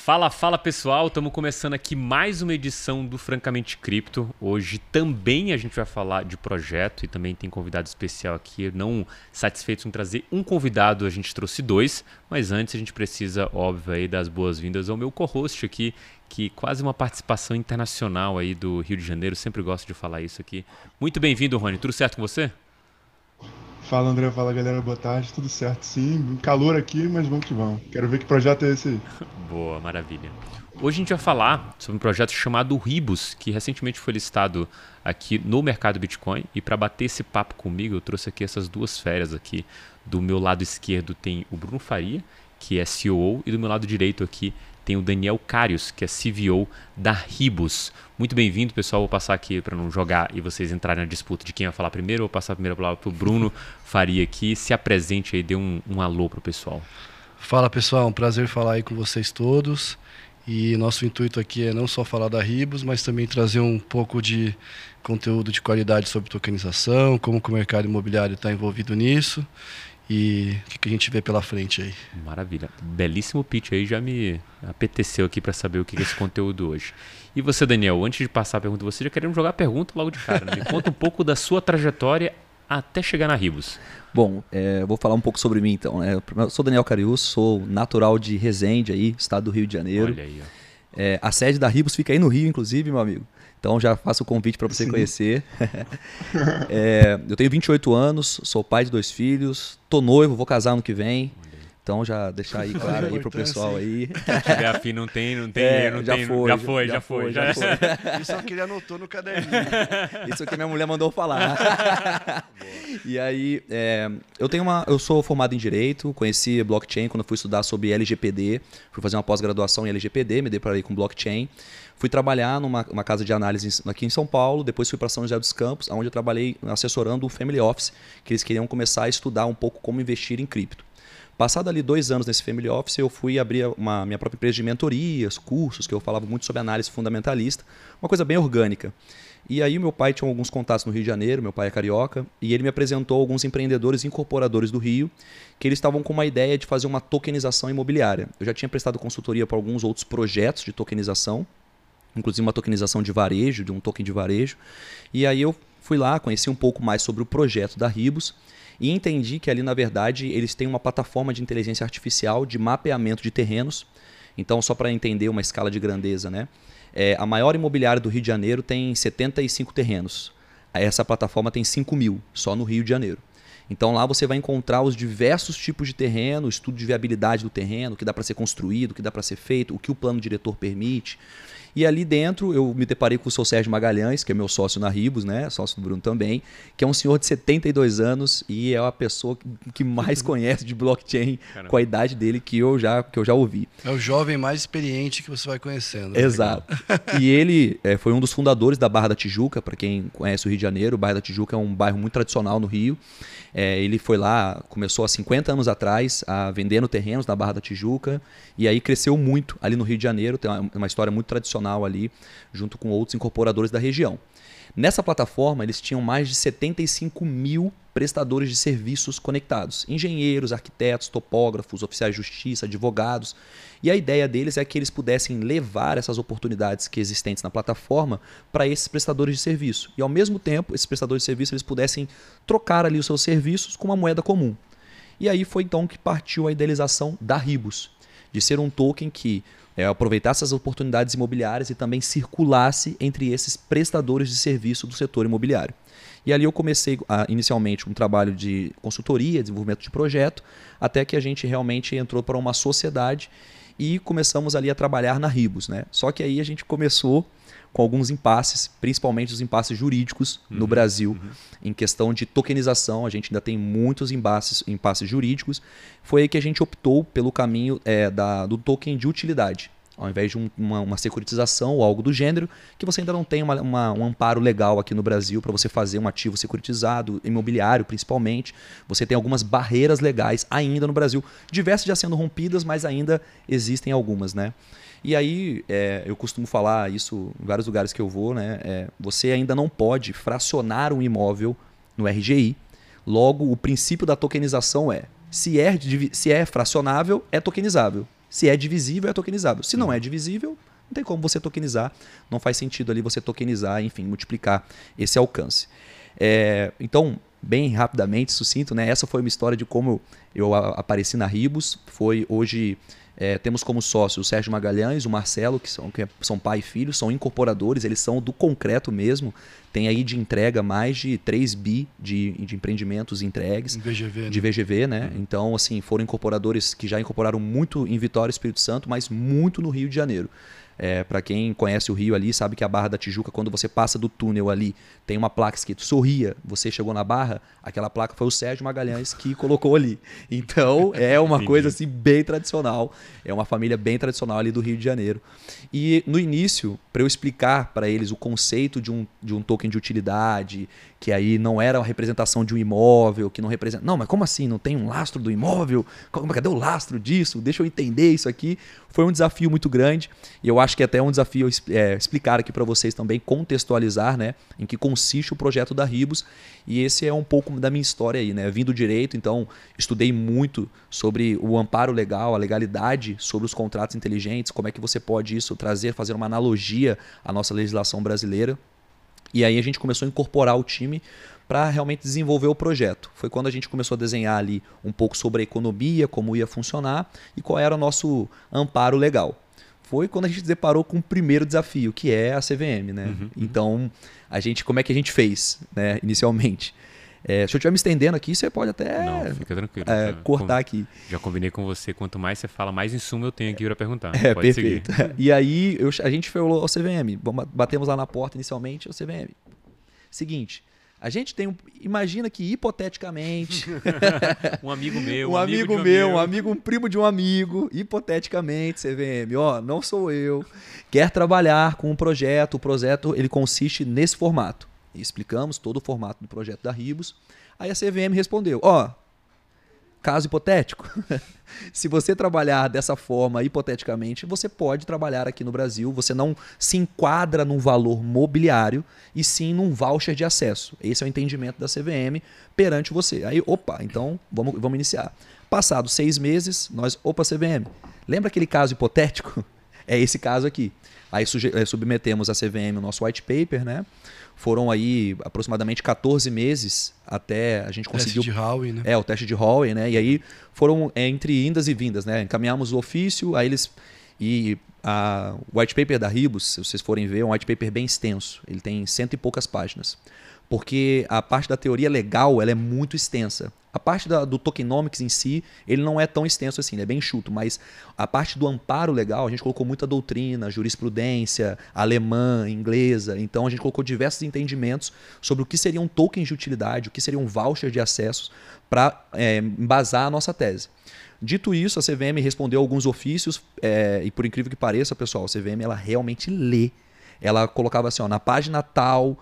Fala pessoal, estamos começando aqui mais uma edição do Francamente Cripto. Hoje também a gente vai falar de projeto e também tem convidado especial aqui. Não satisfeitos em trazer um convidado, a gente trouxe dois, mas antes a gente precisa, óbvio, aí, das boas-vindas ao meu co-host aqui, que quase uma participação internacional aí do Rio de Janeiro, sempre gosto de falar isso aqui. Muito bem-vindo, Rony, tudo certo com você? Fala André, fala galera, boa tarde, tudo certo sim, calor aqui, mas vamos que vamos. Quero ver que projeto é esse aí. Boa, maravilha. Hoje a gente vai falar sobre um projeto chamado Ribus, que recentemente foi listado aqui no mercado Bitcoin. E para bater esse papo comigo, eu trouxe aqui essas duas feras aqui. Do meu lado esquerdo tem o Bruno Faria, que é COO, e do meu lado direito aqui tem o Daniel Carius, que é CVO da Ribus. Muito bem-vindo, pessoal. Vou passar aqui para não jogar e vocês entrarem na disputa de quem vai falar primeiro. Vou passar a primeira palavra para o Bruno Faria aqui. Se apresente aí, dê um alô para o pessoal. Fala pessoal, um prazer falar aí com vocês todos. E nosso intuito aqui é não só falar da Ribus, mas também trazer um pouco de conteúdo de qualidade sobre tokenização, como que o mercado imobiliário está envolvido nisso e o que a gente vê pela frente aí. Maravilha. Belíssimo pitch aí, já me apeteceu aqui para saber o que é esse conteúdo hoje. E você, Daniel, antes de passar a pergunta, você já querendo jogar a pergunta logo de cara, né? Me conta um pouco da sua trajetória até chegar na Ribus. Bom, vou falar um pouco sobre mim então. Eu sou Daniel Carius, sou natural de Resende, aí, estado do Rio de Janeiro. Olha aí, ó. A sede da Ribus fica aí no Rio, inclusive, meu amigo. Então já faço o convite para você conhecer. Eu tenho 28 anos, sou pai de 2 filhos, tô noivo, vou casar ano que vem. Então já deixar aí claro aí pro pessoal aí. Se tiver afim, não tem. Já foi. Isso aqui ele anotou no caderninho. Isso aqui minha mulher mandou falar. E aí, eu sou formado em Direito, conheci blockchain quando eu fui estudar sobre LGPD, fui fazer uma pós-graduação em LGPD, me deparei com blockchain. Fui trabalhar numa casa de análise aqui em São Paulo, depois fui para São José dos Campos, onde eu trabalhei assessorando o Family Office, que eles queriam começar a estudar um pouco como investir em cripto. Passado ali 2 anos nesse Family Office, eu fui abrir minha própria empresa de mentorias, cursos, que eu falava muito sobre análise fundamentalista, uma coisa bem orgânica. E aí meu pai tinha alguns contatos no Rio de Janeiro, meu pai é carioca, e ele me apresentou alguns empreendedores e incorporadores do Rio, que eles estavam com uma ideia de fazer uma tokenização imobiliária. Eu já tinha prestado consultoria para alguns outros projetos de tokenização, inclusive uma tokenização de varejo, de um token de varejo. E aí eu fui lá, conheci um pouco mais sobre o projeto da Ribus e entendi que ali, na verdade, eles têm uma plataforma de inteligência artificial de mapeamento de terrenos. Então, só para entender uma escala de grandeza, né? A maior imobiliária do Rio de Janeiro tem 75 terrenos. Essa plataforma tem 5.000, só no Rio de Janeiro. Então lá você vai encontrar os diversos tipos de terreno, estudo de viabilidade do terreno, o que dá para ser construído, o que dá para ser feito, o que o plano diretor permite. E ali dentro eu me deparei com o seu Sérgio Magalhães, que é meu sócio na Ribus, né? Sócio do Bruno também, que é um senhor de 72 anos e é a pessoa que mais conhece de blockchain. Caramba. Com a idade dele que eu já ouvi. É o jovem mais experiente que você vai conhecendo. Exato. E ele foi um dos fundadores da Barra da Tijuca, para quem conhece o Rio de Janeiro. Barra da Tijuca é um bairro muito tradicional no Rio. Ele foi lá, começou há 50 anos atrás, vendendo terrenos na Barra da Tijuca, e aí cresceu muito ali no Rio de Janeiro, tem uma história muito tradicional ali, junto com outros incorporadores da região. Nessa plataforma, eles tinham mais de 75.000 prestadores de serviços conectados. Engenheiros, arquitetos, topógrafos, oficiais de justiça, advogados. E a ideia deles é que eles pudessem levar essas oportunidades que existentes na plataforma para esses prestadores de serviço. E ao mesmo tempo, esses prestadores de serviço eles pudessem trocar ali os seus serviços com uma moeda comum. E aí foi então que partiu a idealização da Ribus, de ser um token que aproveitasse as oportunidades imobiliárias e também circulasse entre esses prestadores de serviço do setor imobiliário. E ali eu comecei inicialmente um trabalho de consultoria, desenvolvimento de projeto, até que a gente realmente entrou para uma sociedade e começamos ali a trabalhar na Ribus, né? Só que aí a gente começou com alguns impasses, principalmente os impasses jurídicos no Brasil, em questão de tokenização. A gente ainda tem muitos impasses jurídicos. Foi aí que a gente optou pelo caminho do token de utilidade, ao invés de uma securitização ou algo do gênero, que você ainda não tem um amparo legal aqui no Brasil para você fazer um ativo securitizado, imobiliário principalmente. Você tem algumas barreiras legais ainda no Brasil, diversas já sendo rompidas, mas ainda existem algumas, né? E aí, eu costumo falar isso em vários lugares que eu vou, né? Você ainda não pode fracionar um imóvel no RGI. Logo, o princípio da tokenização se é fracionável, é tokenizável. Se é divisível, é tokenizável. Se não é divisível, não tem como você tokenizar. Não faz sentido ali você tokenizar, enfim, multiplicar esse alcance. Então, bem rapidamente, sucinto, né? Essa foi uma história de como eu apareci na Ribus. Hoje temos como sócios o Sérgio Magalhães, o Marcelo, que são pai e filho, são incorporadores, eles são do concreto mesmo. Tem aí de entrega mais de 3 bi de empreendimentos entregues. De VGV, né? Então, assim, foram incorporadores que já incorporaram muito em Vitória, Espírito Santo, mas muito no Rio de Janeiro. Para quem conhece o Rio ali, sabe que a Barra da Tijuca, quando você passa do túnel ali, tem uma placa escrito Sorria, você chegou na Barra, aquela placa foi o Sérgio Magalhães que colocou ali. Então, é uma coisa assim bem tradicional, é uma família bem tradicional ali do Rio de Janeiro. E no início, para eu explicar para eles o conceito de um token de utilidade, que aí não era a representação de um imóvel, que não representa... Não, mas como assim? Não tem um lastro do imóvel? Cadê o lastro disso? Deixa eu entender isso aqui. Foi um desafio muito grande e eu acho que até é um desafio explicar aqui para vocês também, contextualizar, né, em que consiste o projeto da Ribus. E esse é um pouco da minha história aí, né? Vim do direito, então estudei muito sobre o amparo legal, a legalidade sobre os contratos inteligentes, como é que você pode fazer uma analogia à nossa legislação brasileira. E aí a gente começou a incorporar o time para realmente desenvolver o projeto. Foi quando a gente começou a desenhar ali um pouco sobre a economia, como ia funcionar e qual era o nosso amparo legal. Foi quando a gente se deparou com o primeiro desafio, que é a CVM, né? Então, como é que a gente fez, né, inicialmente? Se eu estiver me estendendo aqui, você pode até Não, fica tranquilo. cortar aqui. Já combinei com você, quanto mais você fala, mais insumo eu tenho aqui para perguntar. Pode perfeito. seguir. E aí a gente falou ao CVM, batemos lá na porta inicialmente, o CVM. Seguinte, a gente tem imagina que hipoteticamente... um amigo meu, um primo de um amigo, hipoteticamente, CVM, não sou eu, quer trabalhar com um projeto, o projeto ele consiste nesse formato. E explicamos todo o formato do projeto da Ribus. Aí a CVM respondeu, caso hipotético, se você trabalhar dessa forma, hipoteticamente, você pode trabalhar aqui no Brasil, você não se enquadra num valor mobiliário e sim num voucher de acesso. Esse é o entendimento da CVM perante você. Aí, então vamos iniciar. Passados 6 meses, CVM, lembra aquele caso hipotético? É esse caso aqui. Aí submetemos a CVM o nosso white paper, né? Foram aí aproximadamente 14 meses até a gente conseguiu... O teste de Howey, né? O teste de Howey, né? E aí foram entre indas e vindas, né? Encaminhamos o ofício, aí eles... E o white paper da Ribus, se vocês forem ver, é um white paper bem extenso. Ele tem 100 e poucas páginas. Porque a parte da teoria legal ela é muito extensa. A parte do tokenomics em si, ele não é tão extenso assim, ele é bem enxuto, mas a parte do amparo legal, a gente colocou muita doutrina, jurisprudência, alemã, inglesa, então a gente colocou diversos entendimentos sobre o que seria um token de utilidade, o que seria um voucher de acessos para embasar a nossa tese. Dito isso, a CVM respondeu alguns ofícios e por incrível que pareça, pessoal, a CVM ela realmente lê. Ela colocava assim, na página tal...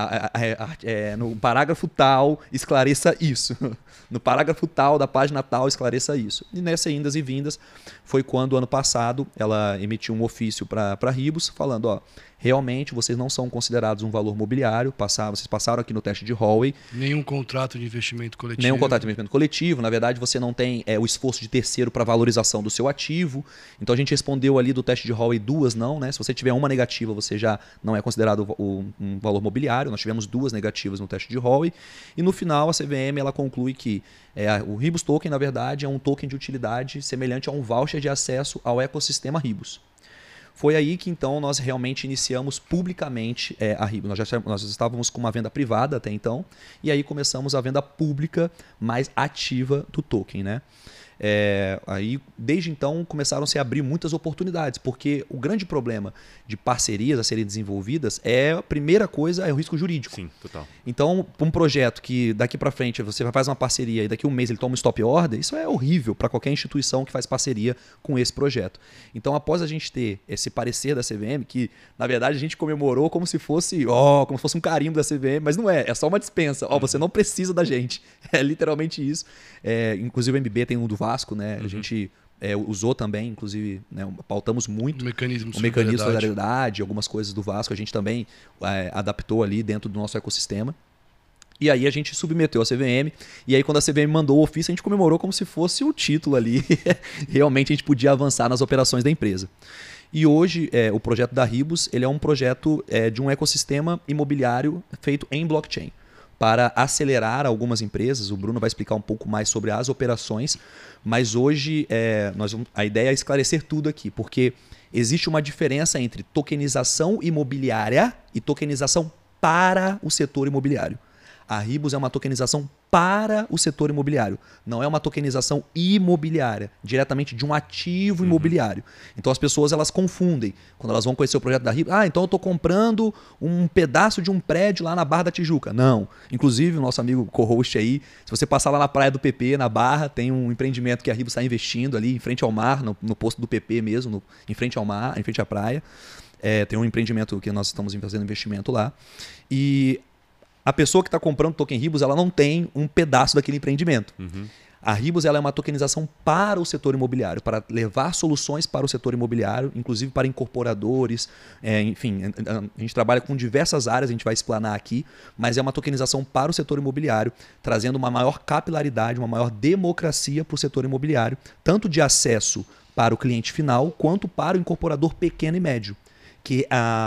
no parágrafo tal, esclareça isso. No parágrafo tal, da página tal, esclareça isso. E nessa indas e vindas foi quando, ano passado, ela emitiu um ofício para a Ribus falando, realmente vocês não são considerados um valor mobiliário, vocês passaram aqui no teste de Howey. Nenhum contrato de investimento coletivo. Nenhum contrato de investimento coletivo. Na verdade, você não tem o esforço de terceiro para valorização do seu ativo. Então, a gente respondeu ali do teste de Howey 2 não, né? Se você tiver uma negativa, você já não é considerado um valor mobiliário. Nós tivemos 2 negativas no teste de Howey. E no final, a CVM ela conclui que o Ribus Token, na verdade, é um token de utilidade semelhante a um voucher de acesso ao ecossistema Ribus. Foi aí que então nós realmente iniciamos publicamente a Ribus. Nós estávamos com uma venda privada até então, e aí começamos a venda pública mais ativa do token, né? Aí, desde então, começaram a se abrir muitas oportunidades, porque o grande problema de parcerias a serem desenvolvidas a primeira coisa é o risco jurídico. Sim, total. Então, um projeto que daqui para frente você faz uma parceria e daqui a um mês ele toma um stop order, isso é horrível para qualquer instituição que faz parceria com esse projeto. Então, após a gente ter esse parecer da CVM, que na verdade a gente comemorou como se fosse um carimbo da CVM, mas não é só uma dispensa. Você não precisa da gente. É literalmente isso. Inclusive o MB tem um do Vasco, né? A gente usou também, inclusive, né, pautamos muito o mecanismo de solidariedade, algumas coisas do Vasco, a gente também adaptou ali dentro do nosso ecossistema. E aí a gente submeteu a CVM, e aí quando a CVM mandou o ofício, a gente comemorou como se fosse o título ali. Realmente a gente podia avançar nas operações da empresa. E hoje o projeto da Ribus ele é um projeto de um ecossistema imobiliário feito em blockchain para acelerar algumas empresas. O Bruno vai explicar um pouco mais sobre as operações, mas hoje a ideia é esclarecer tudo aqui, porque existe uma diferença entre tokenização imobiliária e tokenização para o setor imobiliário. A Ribus é uma tokenização para o setor imobiliário, não é uma tokenização imobiliária, diretamente de um ativo imobiliário. Então as pessoas elas confundem quando elas vão conhecer o projeto da Ribus. Então eu estou comprando um pedaço de um prédio lá na Barra da Tijuca. Não. Inclusive o nosso amigo co-host aí, se você passar lá na praia do PP, na Barra, tem um empreendimento que a Ribus está investindo ali em frente ao mar, no posto do PP mesmo, em frente ao mar, em frente à praia. Tem um empreendimento que nós estamos fazendo investimento lá. E a pessoa que está comprando token Ribus, ela não tem um pedaço daquele empreendimento. A Ribus ela é uma tokenização para o setor imobiliário, para levar soluções para o setor imobiliário, inclusive para incorporadores. Enfim, a gente trabalha com diversas áreas, a gente vai explanar aqui, mas é uma tokenização para o setor imobiliário, trazendo uma maior capilaridade, uma maior democracia para o setor imobiliário, tanto de acesso para o cliente final, quanto para o incorporador pequeno e médio. Que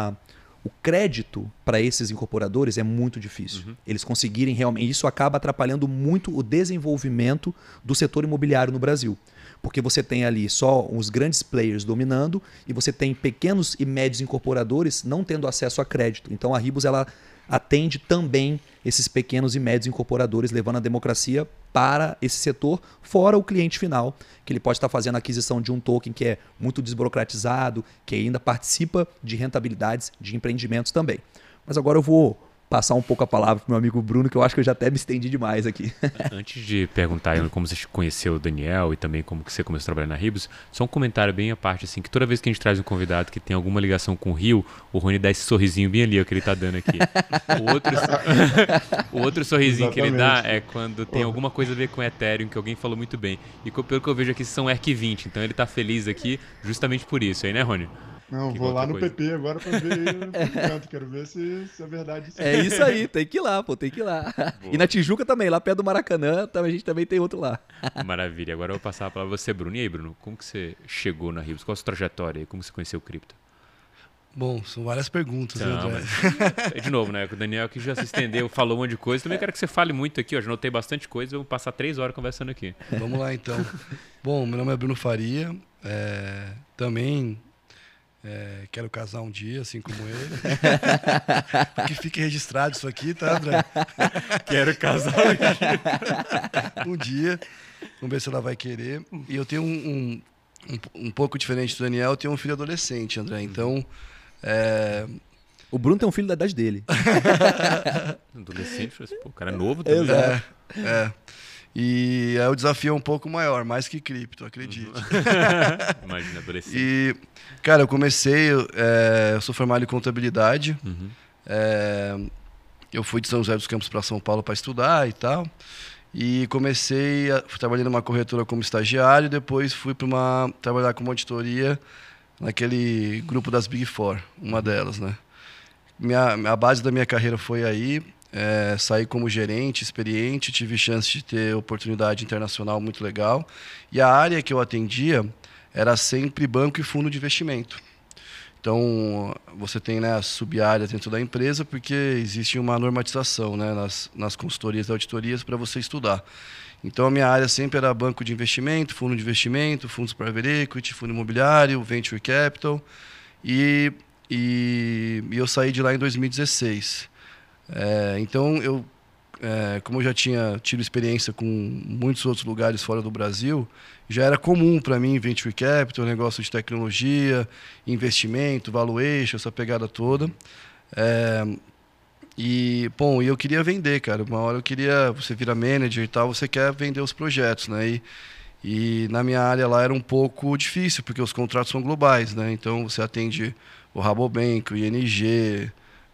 o crédito para esses incorporadores é muito difícil. Eles conseguirem realmente... Isso acaba atrapalhando muito o desenvolvimento do setor imobiliário no Brasil. Porque você tem ali só os grandes players dominando e você tem pequenos e médios incorporadores não tendo acesso a crédito. Então a Ribus ela atende também esses pequenos e médios incorporadores, levando a democracia para esse setor, fora o cliente final, que ele pode estar fazendo a aquisição de um token que é muito desburocratizado, que ainda participa de rentabilidades de empreendimentos também. Mas agora eu vou passar um pouco a palavra para o meu amigo Bruno, que eu acho que eu já até me estendi demais aqui. Antes de perguntar como você conheceu o Daniel e também como que você começou a trabalhar na Ribus, só um comentário bem à parte, assim, que toda vez que a gente traz um convidado que tem alguma ligação com o Rio, o Rony dá esse sorrisinho bem ali, ó, que ele tá dando aqui. O outro sorrisinho que ele dá é quando tem alguma coisa a ver com Ethereum, que alguém falou muito bem. E pelo que eu vejo aqui, são ERC20, então ele tá feliz aqui justamente por isso aí, né, Rony? Não, vou lá no PP agora pra ver quero ver se é verdade isso. É isso aí, tem que ir lá, pô, tem que ir lá. Boa. E na Tijuca também, lá perto do Maracanã, a gente também tem outro lá. Maravilha, agora eu vou passar a palavra a você, Bruno. E aí, Bruno, como que você chegou na Ribus? Qual a sua trajetória aí? Como você conheceu o cripto? Bom, são várias perguntas, né, André? De novo, né? O Daniel que já se estendeu, falou um monte de coisa. Também quero que você fale muito aqui, ó. Já anotei bastante coisa, vamos passar 3 horas conversando aqui. Vamos lá, então. Bom, meu nome é Bruno Faria, também... quero casar um dia, assim como ele. Que fique registrado isso aqui, tá, André? Quero casar um dia. Vamos ver se ela vai querer. E eu tenho um pouco diferente do Daniel, eu tenho um filho adolescente, André. Então... O Bruno tem um filho da idade dele. Adolescente, pô, o cara é novo também. E aí o desafio é um pouco maior, mais que cripto, acredite. Imagina, adolescente. E, cara, eu comecei, eu sou formado em contabilidade. Eu fui de São José dos Campos para São Paulo para estudar e tal. E trabalhei numa corretora como estagiário, depois fui trabalhar como auditoria naquele grupo das Big Four, uma delas, né? A base da minha carreira foi aí. Saí como gerente, experiente, tive chance de ter oportunidade internacional muito legal. E a área que eu atendia era sempre banco e fundo de investimento. Então, você tem, né, a sub-área dentro da empresa, porque existe uma normatização, né, nas consultorias e auditorias para você estudar. Então, a minha área sempre era banco de investimento, fundos private equity, fundo imobiliário, venture capital. E eu saí de lá em 2016. Então, como eu já tinha tido experiência com muitos outros lugares fora do Brasil, já era comum para mim venture capital, negócio de tecnologia, investimento, valuation, essa pegada toda. E eu queria vender, cara. Uma hora você vira manager e tal, você quer vender os projetos, né? E na minha área lá era um pouco difícil, porque os contratos são globais, né? Então você atende o Rabobank, o ING,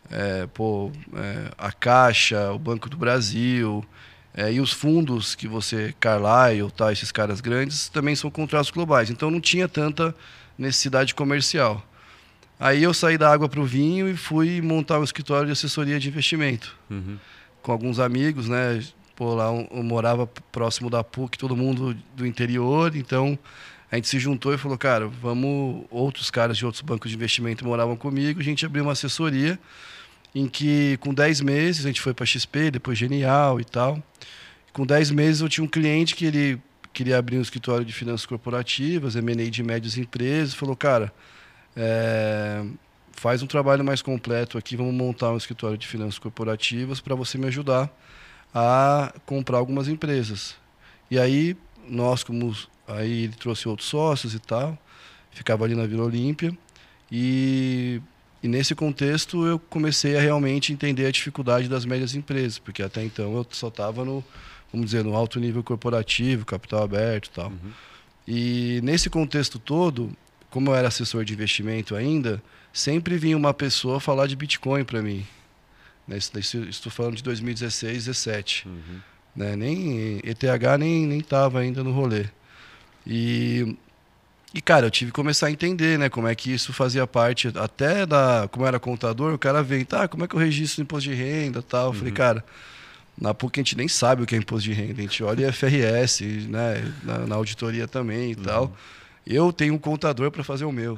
a Caixa, o Banco do Brasil, e os fundos que você, Carlyle, tá, esses caras grandes, também são contratos globais. Então não tinha tanta necessidade comercial. Aí eu saí da água para o vinho e fui montar um escritório de assessoria de investimento. com alguns amigos, né? Pô, lá eu morava próximo da PUC, todo mundo do interior, então a gente se juntou e falou, cara, vamos... Outros caras de outros bancos de investimento moravam comigo, a gente abriu uma assessoria em que com 10 meses, a gente foi para XP, depois Genial e tal. Com 10 meses eu tinha um cliente que ele queria abrir um escritório de finanças corporativas, M&A de médias empresas, falou, cara, faz um trabalho mais completo aqui, vamos montar um escritório de finanças corporativas para você me ajudar a comprar algumas empresas. E aí, aí ele trouxe outros sócios e tal, ficava ali na Vila Olímpia, e nesse contexto eu comecei a realmente entender a dificuldade das médias empresas, porque até então eu só estava vamos dizer, no alto nível corporativo, capital aberto e tal. E nesse contexto todo, como eu era assessor de investimento ainda, sempre vinha uma pessoa falar de Bitcoin para mim. Estou falando de 2016, 2017. Né? Nem ETH nem estava ainda no rolê. E, cara, eu tive que começar a entender, né, como é que isso fazia parte, até como eu era contador, o cara veio, como é que eu registro imposto de renda e tal. Eu falei, cara, na PUC a gente nem sabe o que é imposto de renda, a gente olha IFRS, né, na auditoria também e tal. Eu tenho um contador para fazer o meu.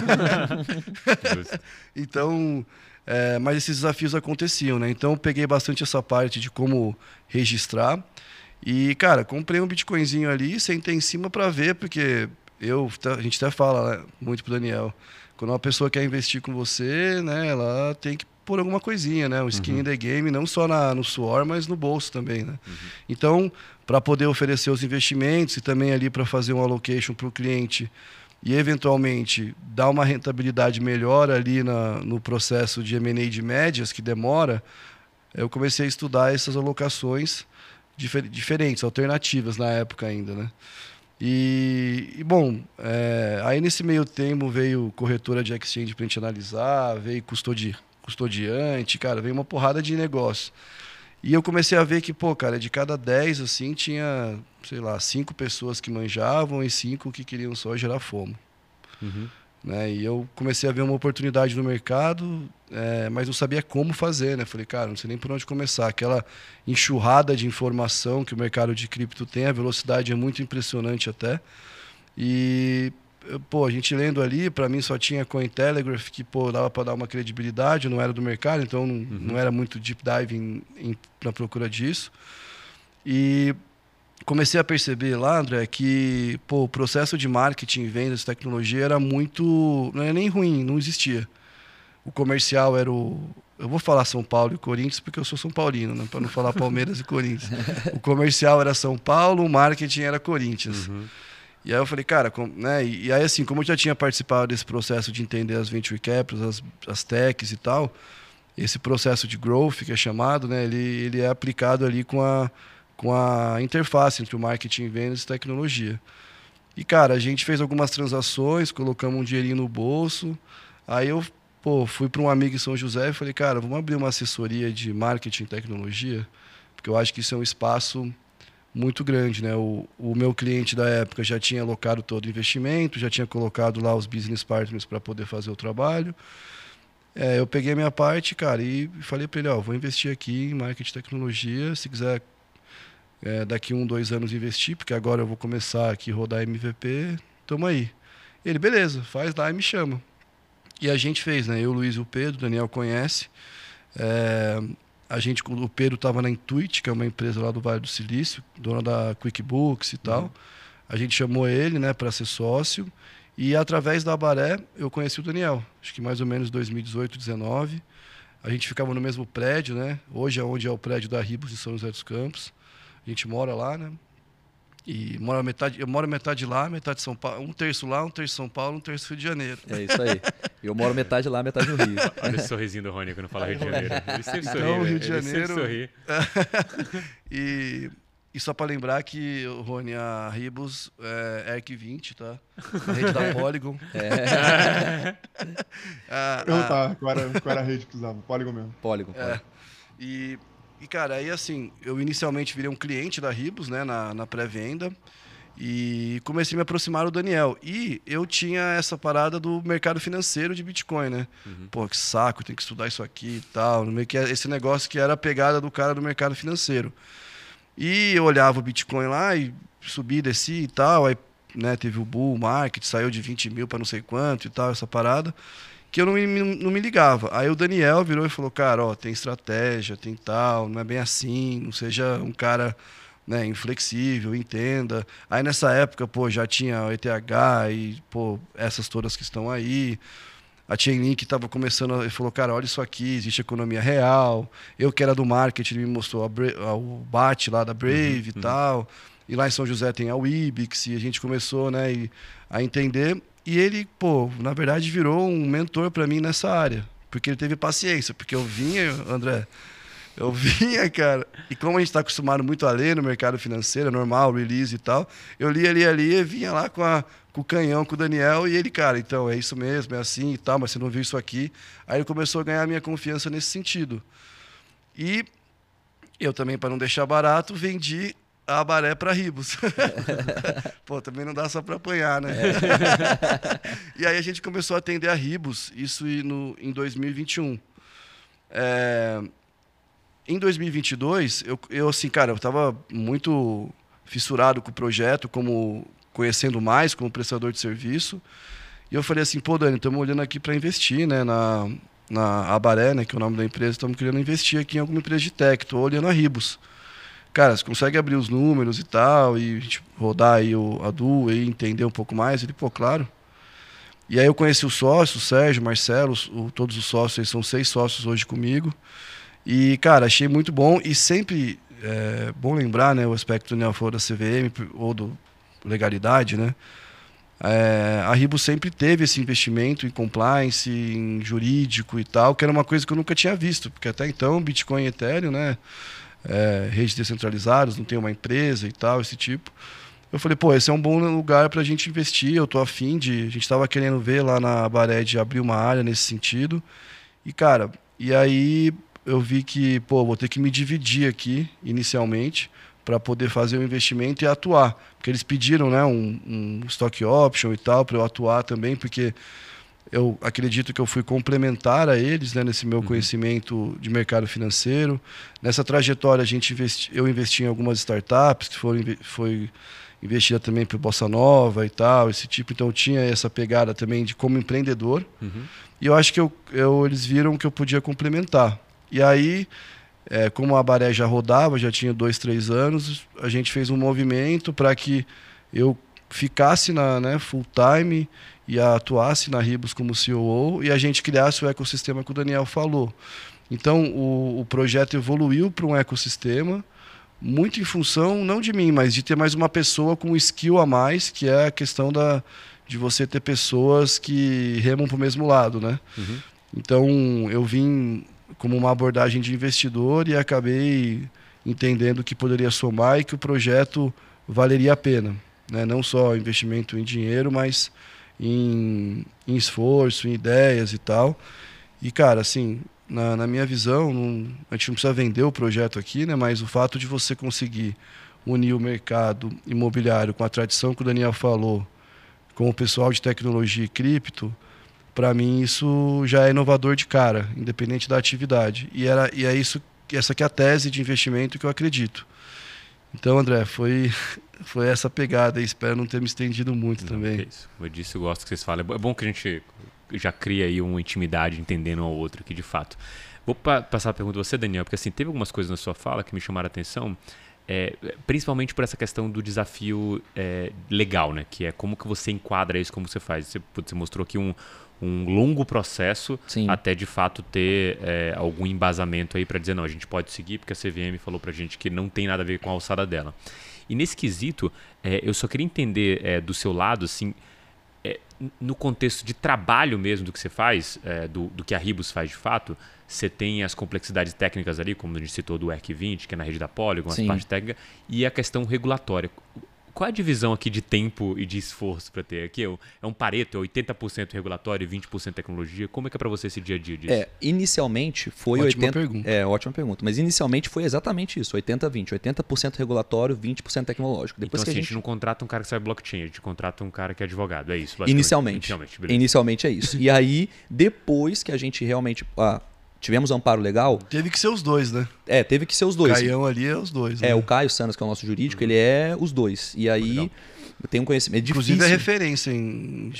Então, mas esses desafios aconteciam, né? Então eu peguei bastante essa parte de como registrar. E, cara, comprei um Bitcoinzinho ali, sentei em cima para ver, porque a gente até fala, né, muito pro Daniel, quando uma pessoa quer investir com você, né, ela tem que pôr alguma coisinha, né? Um skin in the game, não só no suor, mas no bolso também, né? Então, para poder oferecer os investimentos e também ali para fazer um allocation para o cliente e eventualmente dar uma rentabilidade melhor ali no processo de M&A de médias, que demora, eu comecei a estudar essas alocações diferentes, alternativas na época ainda, né? E bom, aí nesse meio tempo veio corretora de exchange para a gente analisar, veio custodiante, cara, veio uma porrada de negócio. E eu comecei a ver que, pô, cara, de cada 10, assim, tinha, sei lá, 5 pessoas que manjavam e 5 que queriam só gerar FOMO. Né? E eu comecei a ver uma oportunidade no mercado, mas não sabia como fazer, né? Falei, cara, não sei nem por onde começar. Aquela enxurrada de informação que o mercado de cripto tem, a velocidade é muito impressionante até. E, pô, a gente lendo ali, para mim só tinha Cointelegraph, que, pô, dava para dar uma credibilidade, eu não era do mercado, então não era muito deep dive na procura disso. E comecei a perceber lá, André, que, pô, o processo de marketing, vendas, tecnologia era muito... Não era nem ruim, não existia. O comercial era eu vou falar São Paulo e Corinthians porque eu sou São Paulino, né? Para não falar Palmeiras e Corinthians. O comercial era São Paulo, o marketing era Corinthians. E aí eu falei, cara, né? E aí assim, como eu já tinha participado desse processo de entender as venture capitals, as techs e tal, esse processo de growth, que é chamado, né? Ele é aplicado ali com a interface entre o marketing, vendas e tecnologia. E, cara, a gente fez algumas transações, colocamos um dinheirinho no bolso. Aí eu, pô, fui para um amigo em São José e falei, cara, vamos abrir uma assessoria de marketing e tecnologia, porque eu acho que isso é um espaço muito grande, né? O meu cliente da época já tinha alocado todo o investimento, já tinha colocado lá os business partners para poder fazer o trabalho. Eu peguei a minha parte, cara, e falei para ele, ó, vou investir aqui em marketing e tecnologia, se quiser daqui 1, 2 anos investir, porque agora eu vou começar aqui a rodar MVP, tamo aí. Ele, beleza, faz lá e me chama. E a gente fez, né? Eu, o Luiz e o Pedro, o Daniel conhece. O Pedro estava na Intuit, que é uma empresa lá do Vale do Silício, dona da QuickBooks e tal. A gente chamou ele, né, para ser sócio. E através da Abaré eu conheci o Daniel, acho que mais ou menos 2018, 2019. A gente ficava no mesmo prédio, né? Hoje é onde é o prédio da Ribos de São José dos Campos. A gente mora lá, né? E eu moro metade lá, metade de São Paulo. 1/3 lá, 1/3 São Paulo, 1/3 Rio de Janeiro. É isso aí. Eu moro metade lá, metade no Rio. Olha esse sorrisinho do Rony quando fala Rio de Janeiro. Ele sempre sorri, Então, Rio né? de Janeiro. Ele sempre sorri. E só para lembrar que, Rony, a Ribos é ERC 20, tá? A rede da Polygon. Qual era a rede que usava? Polygon mesmo. Polygon. E, cara, aí assim, eu inicialmente virei um cliente da Ribos, né, na pré-venda. E comecei a me aproximar do Daniel. E eu tinha essa parada do mercado financeiro de Bitcoin, né? Pô, que saco, tem que estudar isso aqui e tal. Meio que esse negócio que era a pegada do cara do mercado financeiro. E eu olhava o Bitcoin lá e subia, descia e tal. Aí, né, teve o bull market, saiu de 20 mil para não sei quanto e tal, essa parada. Que eu não me ligava. Aí o Daniel virou e falou, cara, ó, tem estratégia, tem tal, não é bem assim, não seja um cara, né, inflexível, entenda. Aí nessa época, pô, já tinha o ETH e, pô, essas todas que estão aí. A Chainlink estava começando, ele falou, cara, olha isso aqui, existe economia real. Eu que era do marketing, ele me mostrou o BAT lá da Brave e tal. E lá em São José tem a Wibix, e a gente começou, né, a entender. E ele, pô, na verdade virou um mentor para mim nessa área. Porque ele teve paciência, porque eu vinha, André... Eu vinha, cara, e como a gente está acostumado muito a ler no mercado financeiro, normal, release e tal, eu lia e vinha lá com o canhão, com o Daniel, e ele, cara, então, é isso mesmo, é assim e tal, mas você não viu isso aqui. Aí ele começou a ganhar a minha confiança nesse sentido. E eu também, para não deixar barato, vendi a Abaré para Ribus. Pô, também não dá só para apanhar, né? E aí a gente começou a atender a Ribus, isso em 2021. Em 2022, eu assim, cara, eu estava muito fissurado com o projeto, como conhecendo mais como prestador de serviço. E eu falei assim, pô, Dani, estamos olhando aqui para investir, né, na Abaré, né, que é o nome da empresa, estamos querendo investir aqui em alguma empresa de tech, estou olhando a Ribus. Cara, você consegue abrir os números e tal, e a gente rodar aí a DU e entender um pouco mais? Ele, pô, claro. E aí eu conheci os sócios, o Sérgio, o Marcelo, todos os sócios, eles são 6 sócios hoje comigo. E, cara, achei muito bom e sempre é bom lembrar, né, o aspecto do Daniel falou da CVM ou do legalidade, né? A Ribus sempre teve esse investimento em compliance, em jurídico e tal, que era uma coisa que eu nunca tinha visto, porque até então Bitcoin e Ethereum, né, redes descentralizadas, não tem uma empresa e tal, esse tipo. Eu falei, pô, esse é um bom lugar para a gente investir, eu tô afim a gente estava querendo ver lá na Abaré de abrir uma área nesse sentido. E, cara, e aí eu vi que, pô, vou ter que me dividir aqui, inicialmente, para poder fazer o investimento e atuar. Porque eles pediram, né, um stock option e tal, para eu atuar também, porque eu acredito que eu fui complementar a eles, né, nesse meu conhecimento de mercado financeiro. Nessa trajetória, eu investi em algumas startups, que foi investida também por Bossa Nova e tal, esse tipo. Então, eu tinha essa pegada também de como empreendedor. E eu acho que eles viram que eu podia complementar. E aí, como a Abaré já rodava, já tinha 2, 3 anos, a gente fez um movimento para que eu ficasse na full time e atuasse na Ribus como COO e a gente criasse o ecossistema que o Daniel falou. Então, o projeto evoluiu para um ecossistema muito em função, não de mim, mas de ter mais uma pessoa com skill a mais, que é a questão de você ter pessoas que remam para o mesmo lado, né? Então, eu vim como uma abordagem de investidor e acabei entendendo que poderia somar e que o projeto valeria a pena, né? Não só investimento em dinheiro, mas em esforço, em ideias e tal. E, cara, assim, na minha visão, a gente não precisa vender o projeto aqui, né? Mas o fato de você conseguir unir o mercado imobiliário com a tradição que o Daniel falou, com o pessoal de tecnologia e cripto, para mim isso já é inovador de cara, independente da atividade. E é isso, essa que é a tese de investimento que eu acredito. Então, André, foi essa pegada. Espero não ter me estendido muito também. É isso. Eu disse, eu gosto que vocês falam. É bom que a gente já cria aí uma intimidade entendendo um ao outro aqui de fato. Vou passar a pergunta a você, Daniel, porque assim, teve algumas coisas na sua fala que me chamaram a atenção, principalmente por essa questão do desafio legal, né? Que é como que você enquadra isso, como você faz. Você mostrou aqui um longo processo. Sim. Até de fato ter algum embasamento aí para dizer, não, a gente pode seguir porque a CVM falou pra gente que não tem nada a ver com a alçada dela. E nesse quesito, eu só queria entender do seu lado, assim, no contexto de trabalho mesmo do que você faz, do que a Ribus faz de fato, você tem as complexidades técnicas ali, como a gente citou do ERC20, que é na rede da Polygon, as partes técnicas, e a questão regulatória. qual é a divisão aqui de tempo e de esforço para ter? Aqui é um Pareto, é 80% regulatório e 20% tecnologia? Como é que é para você esse dia a dia disso? Inicialmente foi Ótima pergunta. Ótima pergunta. Mas inicialmente foi exatamente isso, 80-20. 80% regulatório, 20% tecnológico. Depois então, que assim, a gente não contrata um cara que sabe blockchain, a gente contrata um cara que é advogado, é isso? Inicialmente. Beleza. Inicialmente é isso. E aí, depois que a gente realmente... tivemos amparo legal. Teve que ser os dois, né? Teve que ser os dois. O Caião ali é os dois. Né? O Caio Sanas, que é o nosso jurídico, ele é os dois. E aí, tem um conhecimento difícil. Inclusive é referência em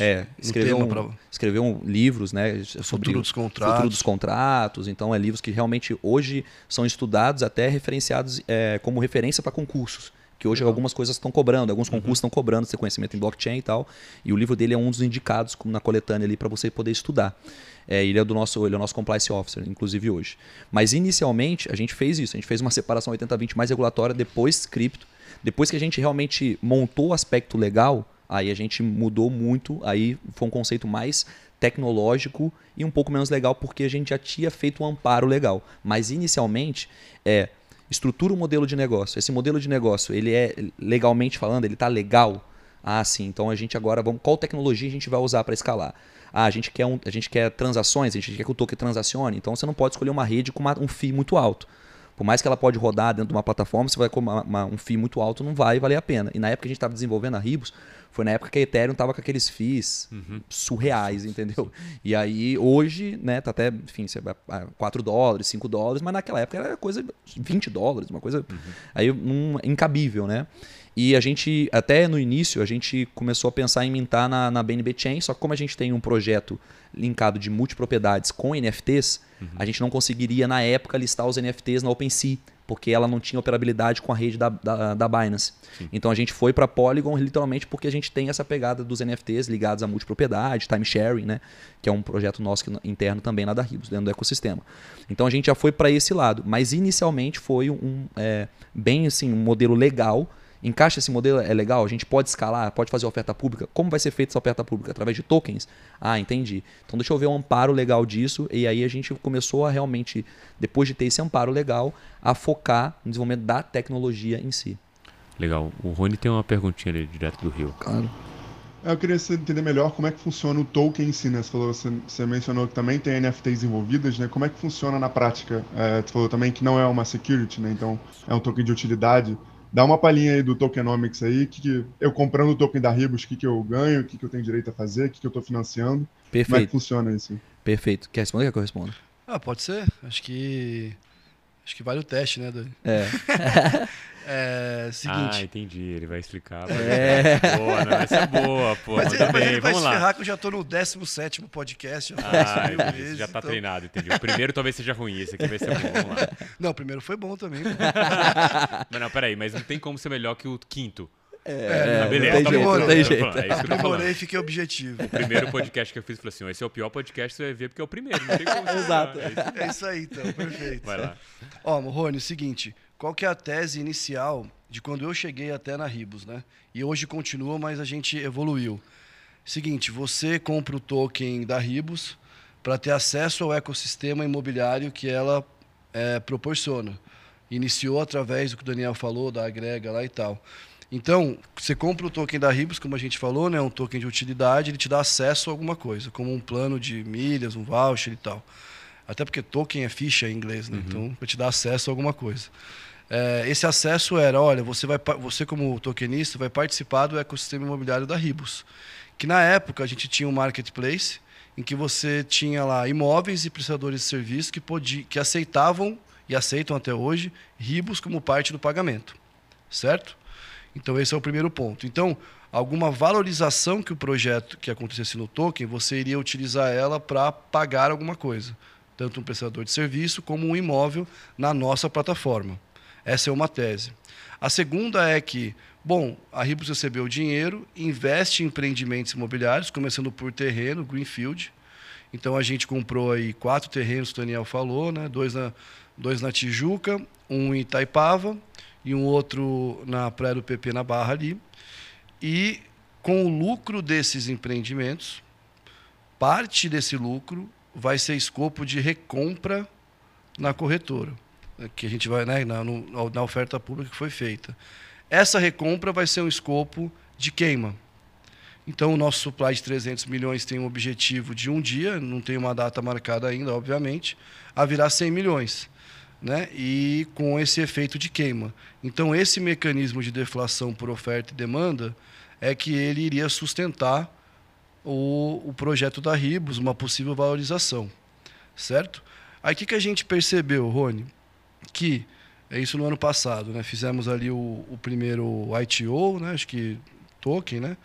escreveu livros, né, sobre futuro dos contratos. Então, livros que realmente hoje são estudados, até referenciados como referência para concursos. Que hoje algumas coisas estão cobrando, alguns concursos estão cobrando esse conhecimento em blockchain e tal. E o livro dele é um dos indicados na coletânea ali para você poder estudar. Ele é o nosso compliance officer, inclusive hoje. Mas inicialmente a gente fez isso, a gente fez uma separação 80-20 mais regulatória, depois cripto. Depois que a gente realmente montou o aspecto legal, aí a gente mudou muito, aí foi um conceito mais tecnológico e um pouco menos legal, porque a gente já tinha feito um amparo legal. Mas inicialmente estrutura o modelo de negócio. Esse modelo de negócio, ele é legalmente falando, ele está legal? Sim. Então a gente agora qual tecnologia a gente vai usar para escalar? A gente quer transações, a gente quer que o token transacione. Então você não pode escolher uma rede com um FII muito alto. Por mais que ela pode rodar dentro de uma plataforma, você vai com um FII muito alto, não vai valer a pena. E na época que a gente estava desenvolvendo a Ribus, foi na época que a Ethereum estava com aqueles FIIs surreais, entendeu? E aí hoje, né, tá até, enfim, você vai a $4, $5, mas naquela época era coisa de $20, uma coisa aí incabível, né? E a gente, até no início, a gente começou a pensar em mintar na BNB Chain, só que como a gente tem um projeto linkado de multipropriedades com NFTs, a gente não conseguiria, na época, listar os NFTs na OpenSea, porque ela não tinha operabilidade com a rede da Binance. Sim. Então a gente foi para Polygon literalmente porque a gente tem essa pegada dos NFTs ligados à multipropriedade, time sharing, né? Que é um projeto nosso interno também lá da Ribus, dentro do ecossistema. Então a gente já foi para esse lado, mas inicialmente foi bem assim, um modelo legal. Encaixa esse modelo, é legal? A gente pode escalar, pode fazer oferta pública. Como vai ser feita essa oferta pública? Através de tokens? Entendi. Então deixa eu ver um amparo legal disso. E aí a gente começou a realmente, depois de ter esse amparo legal, a focar no desenvolvimento da tecnologia em si. Legal. O Rony tem uma perguntinha ali, direto do Rio. Claro. Eu queria entender melhor como é que funciona o token em si, né? Você mencionou que também tem NFTs envolvidas, né? Como é que funciona na prática? Você falou também que não é uma security, né? Então é um token de utilidade. Dá uma palhinha aí do tokenomics aí, que eu comprando o token da Ribus, o que eu ganho, o que eu tenho direito a fazer, o que eu estou financiando. Perfeito. Como é que funciona isso? Perfeito. Quer responder? Quer que eu responda? Pode ser. Acho que vale o teste, né, Dani? Seguinte. Entendi. Ele vai explicar. Boa, não, essa é boa, pô. Mas ele vai vamos se lá. ferrar que eu já tô no 17º podcast. Já Esse já tá treinado, entendi. O primeiro talvez seja ruim, esse aqui vai ser bom. Vamos lá. Não, o primeiro foi bom também. Mas não, peraí, mas não tem como ser melhor que o quinto. Beleza, tá bom. Aprimorei, Aprimorei e fiquei objetivo. O primeiro podcast que eu fiz, eu falei assim, esse é o pior podcast, você vai ver porque é o primeiro. Não tem como. Exato. É isso aí, então, perfeito. Vai lá. Rony, o seguinte, qual que é a tese inicial de quando eu cheguei até na Ribus, né? E hoje continua, mas a gente evoluiu. Seguinte, você compra o token da Ribus para ter acesso ao ecossistema imobiliário que ela proporciona. Iniciou através do que o Daniel falou, da agrega lá e tal. Então, você compra o token da Ribus, como a gente falou, né, um token de utilidade, ele te dá acesso a alguma coisa, como um plano de milhas, um voucher e tal. Até porque token é ficha em inglês, né? Então, vai te dar acesso a alguma coisa. Esse acesso era, olha, você como tokenista vai participar do ecossistema imobiliário da Ribus, que na época a gente tinha um marketplace em que você tinha lá imóveis e prestadores de serviço que aceitavam, e aceitam até hoje, Ribus como parte do pagamento, certo? Então esse é o primeiro ponto. Então, alguma valorização que o projeto que acontecesse no token, você iria utilizar ela para pagar alguma coisa, tanto um prestador de serviço como um imóvel na nossa plataforma. Essa é uma tese. A segunda é que, a Ribus recebeu o dinheiro, investe em empreendimentos imobiliários, começando por terreno, greenfield. Então a gente comprou aí 4 terrenos, o Daniel falou, né? 2 na Tijuca, um em Itaipava e um outro na Praia do PP, na Barra ali. E com o lucro desses empreendimentos, parte desse lucro vai ser escopo de recompra na corretora, que a gente vai, né, na oferta pública que foi feita. essa recompra vai ser um escopo de queima. Então, o nosso supply de 300 milhões tem um objetivo de um dia, não tem uma data marcada ainda, obviamente, a virar 100 milhões. Né? E com esse efeito de queima. Então, esse mecanismo de deflação por oferta e demanda é que ele iria sustentar o projeto da Ribus, uma possível valorização. Certo? Aí, o que a gente percebeu, Rony? Que, é isso no ano passado, né? Fizemos ali o primeiro ITO, né? Acho que token, né?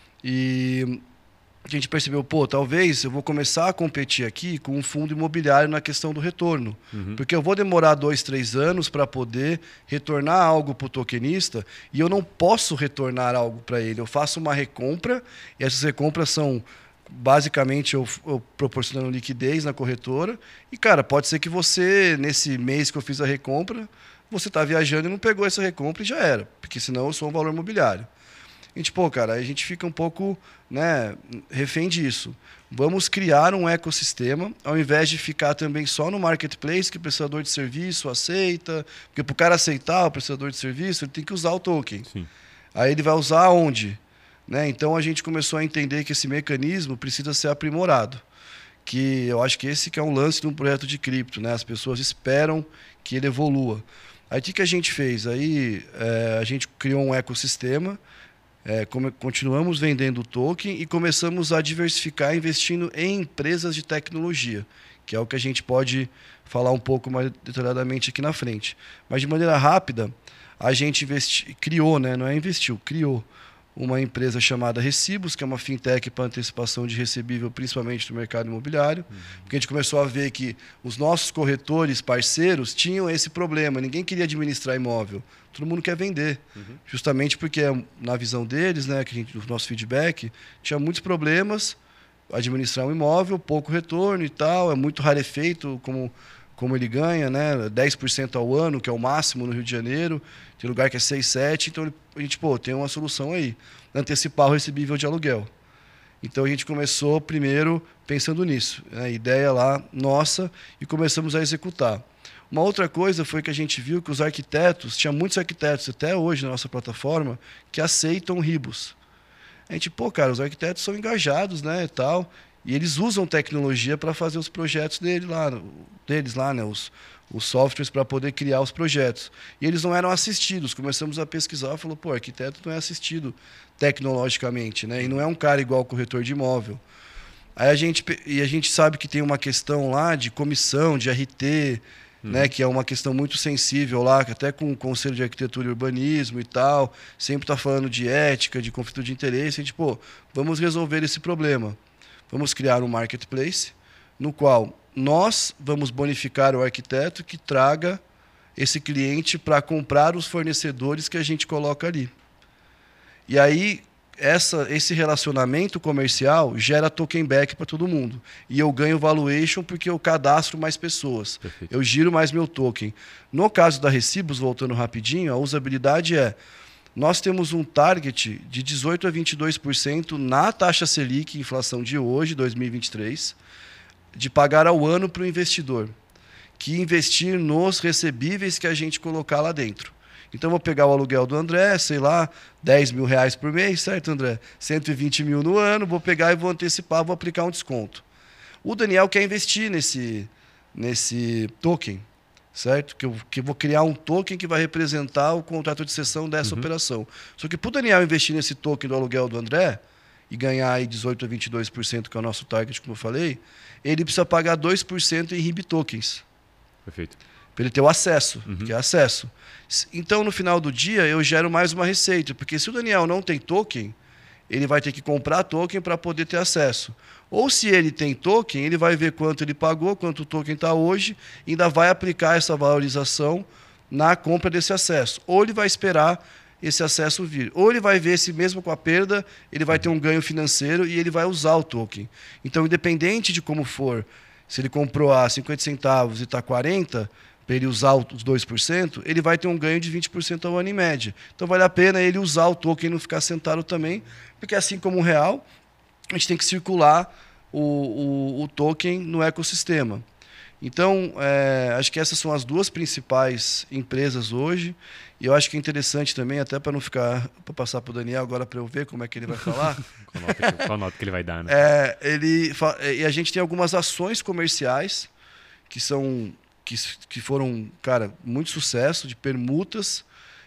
E a gente percebeu, talvez eu vou começar a competir aqui com um fundo imobiliário na questão do retorno. Porque eu vou demorar 2, 3 anos para poder retornar algo para o tokenista e eu não posso retornar algo para ele. Eu faço uma recompra e essas recompras são basicamente eu proporcionando liquidez na corretora. E, cara, pode ser que você, nesse mês que eu fiz a recompra, você está viajando e não pegou essa recompra e já era. Porque senão eu sou um valor imobiliário. A gente, cara, a gente fica um pouco, né, refém disso. Vamos criar um ecossistema, ao invés de ficar também só no marketplace, que o prestador de serviço aceita. Porque para o cara aceitar o prestador de serviço, ele tem que usar o token. Sim. Aí ele vai usar onde? Né? Então a gente começou a entender que esse mecanismo precisa ser aprimorado. Que eu acho que esse que é um lance de um projeto de cripto. Né? As pessoas esperam que ele evolua. Aí o que a gente fez? Aí a gente criou um ecossistema. Continuamos vendendo o token e começamos a diversificar investindo em empresas de tecnologia, que é o que a gente pode falar um pouco mais detalhadamente aqui na frente. Mas de maneira rápida, a gente criou, né? Não é investiu, criou uma empresa chamada Recibos, que é uma fintech para antecipação de recebível, principalmente no mercado imobiliário, porque a gente começou a ver que os nossos corretores parceiros tinham esse problema, ninguém queria administrar imóvel, todo mundo quer vender, justamente porque, na visão deles, né, que o nosso feedback, tinha muitos problemas, administrar um imóvel, pouco retorno e tal, é muito rarefeito como ele ganha, né, 10% ao ano, que é o máximo no Rio de Janeiro, tem lugar que é 6, 7, então a gente tem uma solução aí, antecipar o recebível de aluguel. Então a gente começou primeiro pensando nisso, né, ideia lá nossa, e começamos a executar. Uma outra coisa foi que a gente viu que os arquitetos, tinha muitos arquitetos até hoje na nossa plataforma, que aceitam Ribus. A gente, cara, os arquitetos são engajados, né, e tal, e eles usam tecnologia para fazer os projetos deles lá, né, os softwares para poder criar os projetos. E eles não eram assistidos. Começamos a pesquisar e falou, arquiteto não é assistido tecnologicamente, né, e não é um cara igual corretor de imóvel. Aí a gente sabe que tem uma questão lá de comissão, de RT, né, que é uma questão muito sensível lá, que até com o Conselho de Arquitetura e Urbanismo e tal, sempre está falando de ética, de conflito de interesse. A gente, vamos resolver esse problema. Vamos criar um marketplace no qual nós vamos bonificar o arquiteto que traga esse cliente para comprar os fornecedores que a gente coloca ali. E aí, esse relacionamento comercial gera token back para todo mundo. E eu ganho valuation porque eu cadastro mais pessoas. Perfeito. Eu giro mais meu token. No caso da Recibos, voltando rapidinho, a usabilidade nós temos um target de 18% a 22% na taxa Selic, inflação de hoje, 2023, de pagar ao ano para o investidor, que investir nos recebíveis que a gente colocar lá dentro. Então, eu vou pegar o aluguel do André, sei lá, R$10 mil por mês, certo, André? 120 mil no ano, vou pegar e vou antecipar, vou aplicar um desconto. O Daniel quer investir nesse token, certo? Que eu vou criar um token que vai representar o contrato de cessão dessa operação. Só que para o Daniel investir nesse token do aluguel do André e ganhar aí 18% a 22%, que é o nosso target, como eu falei, ele precisa pagar 2% em RIB tokens. Perfeito. Para ele ter o acesso, que é acesso. Então, no final do dia, eu gero mais uma receita, porque se o Daniel não tem token, ele vai ter que comprar token para poder ter acesso. Ou se ele tem token, ele vai ver quanto ele pagou, quanto o token está hoje, e ainda vai aplicar essa valorização na compra desse acesso. Ou ele vai esperar esse acesso vir. Ou ele vai ver se mesmo com a perda, ele vai ter um ganho financeiro e ele vai usar o token. Então, independente de como for, se ele comprou a 50 centavos e está 40, para ele usar os 2%, ele vai ter um ganho de 20% ao ano em média. Então, vale a pena ele usar o token e não ficar sentado também, porque assim como o real, a gente tem que circular o token no ecossistema. Então, acho que essas são as duas principais empresas hoje. E eu acho que é interessante também, até para não ficar, para passar para o Daniel agora para eu ver como é que ele vai falar. Qual nota que ele vai dar, né? E a gente tem algumas ações comerciais que foram, cara, muito sucesso, de permutas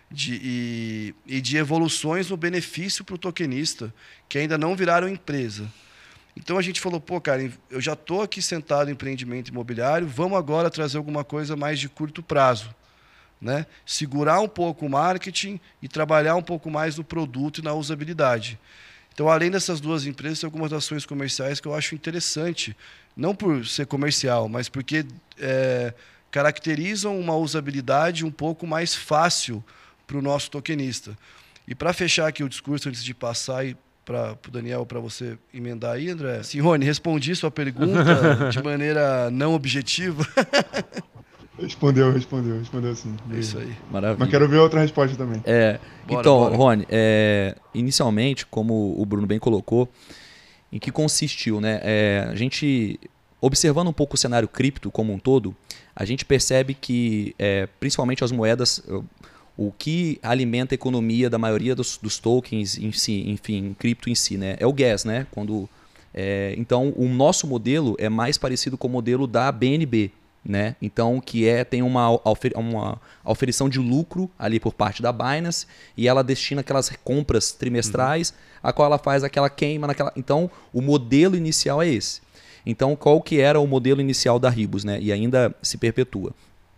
e de evoluções no benefício para o tokenista, que ainda não viraram empresa. Então a gente falou, pô, cara, eu já estou aqui sentado em empreendimento imobiliário, vamos agora trazer alguma coisa mais de curto prazo, né? Segurar um pouco o marketing e trabalhar um pouco mais no produto e na usabilidade. Então, além dessas duas empresas, tem algumas ações comerciais que eu acho interessante, não por ser comercial, mas porque caracterizam uma usabilidade um pouco mais fácil para o nosso tokenista. E para fechar aqui o discurso, antes de passar para o Daniel, para você emendar aí, André. Sim, Rony, respondi sua pergunta de maneira não objetiva. Respondeu sim. É isso aí. Maravilha. Mas quero ver outra resposta também. Bora. Rony, inicialmente, como o Bruno bem colocou, em que consistiu, né? A gente, observando um pouco o cenário cripto como um todo, a gente percebe que, principalmente as moedas, o que alimenta a economia da maioria dos tokens em si, enfim, cripto em si, né? É o gas, né? Então, o nosso modelo é mais parecido com o modelo da BNB, né? Então, tem uma oferição de lucro ali por parte da Binance e ela destina aquelas compras trimestrais, a qual ela faz aquela queima naquela. Então, o modelo inicial é esse. Então, qual que era o modelo inicial da Ribus, né? E ainda se perpetua?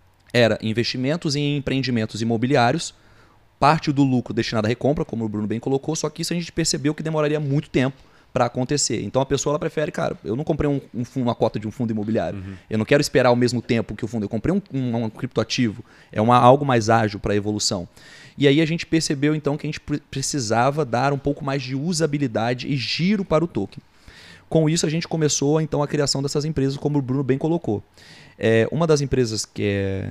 Era investimentos em empreendimentos imobiliários, parte do lucro destinado à recompra, como o Bruno bem colocou, só que isso a gente percebeu que demoraria muito tempo para acontecer. Então a pessoa ela prefere, cara, eu não comprei uma cota de um fundo imobiliário, eu não quero esperar ao mesmo tempo que o fundo, eu comprei um criptoativo, algo mais ágil para a evolução. E aí a gente percebeu então que a gente precisava dar um pouco mais de usabilidade e giro para o token. Com isso a gente começou então a criação dessas empresas, como o Bruno bem colocou. Uma das empresas que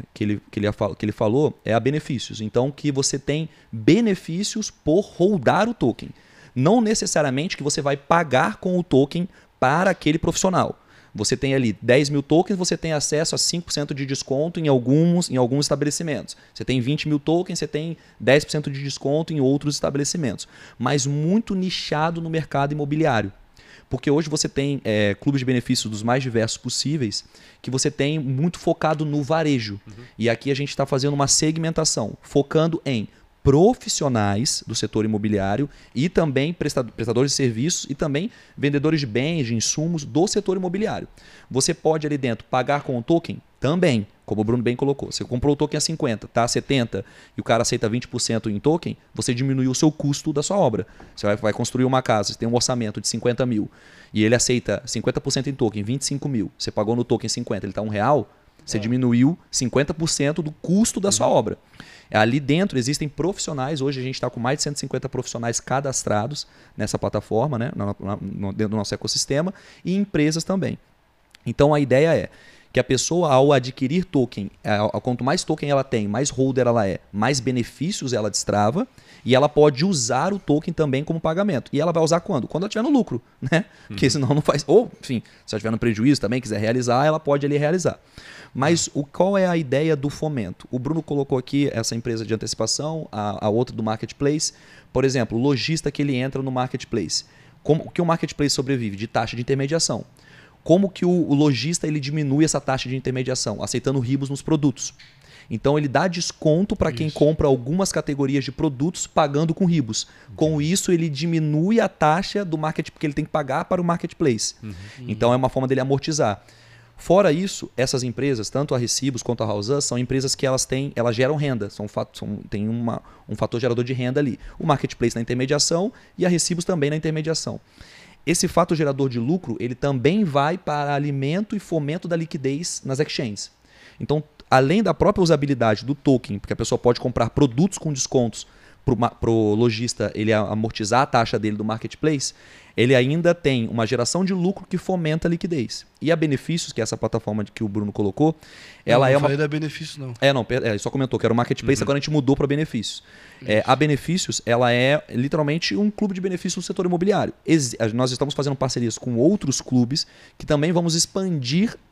ele falou é a Benefícios. Então, que você tem benefícios por holdar o token. Não necessariamente que você vai pagar com o token para aquele profissional. Você tem ali 10 mil tokens, você tem acesso a 5% de desconto em alguns estabelecimentos. Você tem 20 mil tokens, você tem 10% de desconto em outros estabelecimentos. Mas muito nichado no mercado imobiliário. Porque hoje você tem clubes de benefícios dos mais diversos possíveis, que você tem muito focado no varejo. E aqui a gente está fazendo uma segmentação, focando em profissionais do setor imobiliário e também prestadores de serviços e também vendedores de bens, de insumos do setor imobiliário. Você pode ali dentro pagar com o token? Também, como o Bruno bem colocou. Você comprou o token a 50, tá a 70 e o cara aceita 20% em token, você diminuiu o seu custo da sua obra. Você vai construir uma casa, você tem um orçamento de 50 mil e ele aceita 50% em token, 25 mil. Você pagou no token 50, ele está R$1, você diminuiu 50% do custo da sua obra. Ali dentro existem profissionais, hoje a gente está com mais de 150 profissionais cadastrados nessa plataforma, né, dentro do nosso ecossistema, e empresas também. Então a ideia é que a pessoa, ao adquirir token, quanto mais token ela tem, mais holder ela é, mais benefícios ela destrava, e ela pode usar o token também como pagamento. E ela vai usar quando? Quando ela estiver no lucro, né? Porque senão não faz. Ou, enfim, se ela estiver no prejuízo também, quiser realizar, ela pode ali realizar. Mas qual é a ideia do fomento? O Bruno colocou aqui essa empresa de antecipação, a outra do marketplace. Por exemplo, o lojista que ele entra no marketplace. Como que o marketplace sobrevive? De taxa de intermediação. Como que o lojista ele diminui essa taxa de intermediação? Aceitando Ribus nos produtos. Então ele dá desconto para quem compra algumas categorias de produtos pagando com Ribus. Com isso ele diminui a taxa do marketplace que ele tem que pagar para o marketplace. Então é uma forma dele amortizar. Fora isso, essas empresas, tanto a Recibos quanto a House, são empresas que elas geram renda, tem um fator gerador de renda ali. O marketplace na intermediação e a Recibos também na intermediação. Esse fator gerador de lucro ele também vai para alimento e fomento da liquidez nas exchanges. Então, além da própria usabilidade do token, porque a pessoa pode comprar produtos com descontos para o lojista ele amortizar a taxa dele do marketplace, ele ainda tem uma geração de lucro que fomenta a liquidez. E a Benefícios, que é essa plataforma que o Bruno colocou, ela é uma... Não falei da Benefícios, não. Só comentou que era o marketplace, agora a gente mudou para Benefícios. A Benefícios, ela é literalmente um clube de benefícios no setor imobiliário. Nós estamos fazendo parcerias com outros clubes que também vamos expandir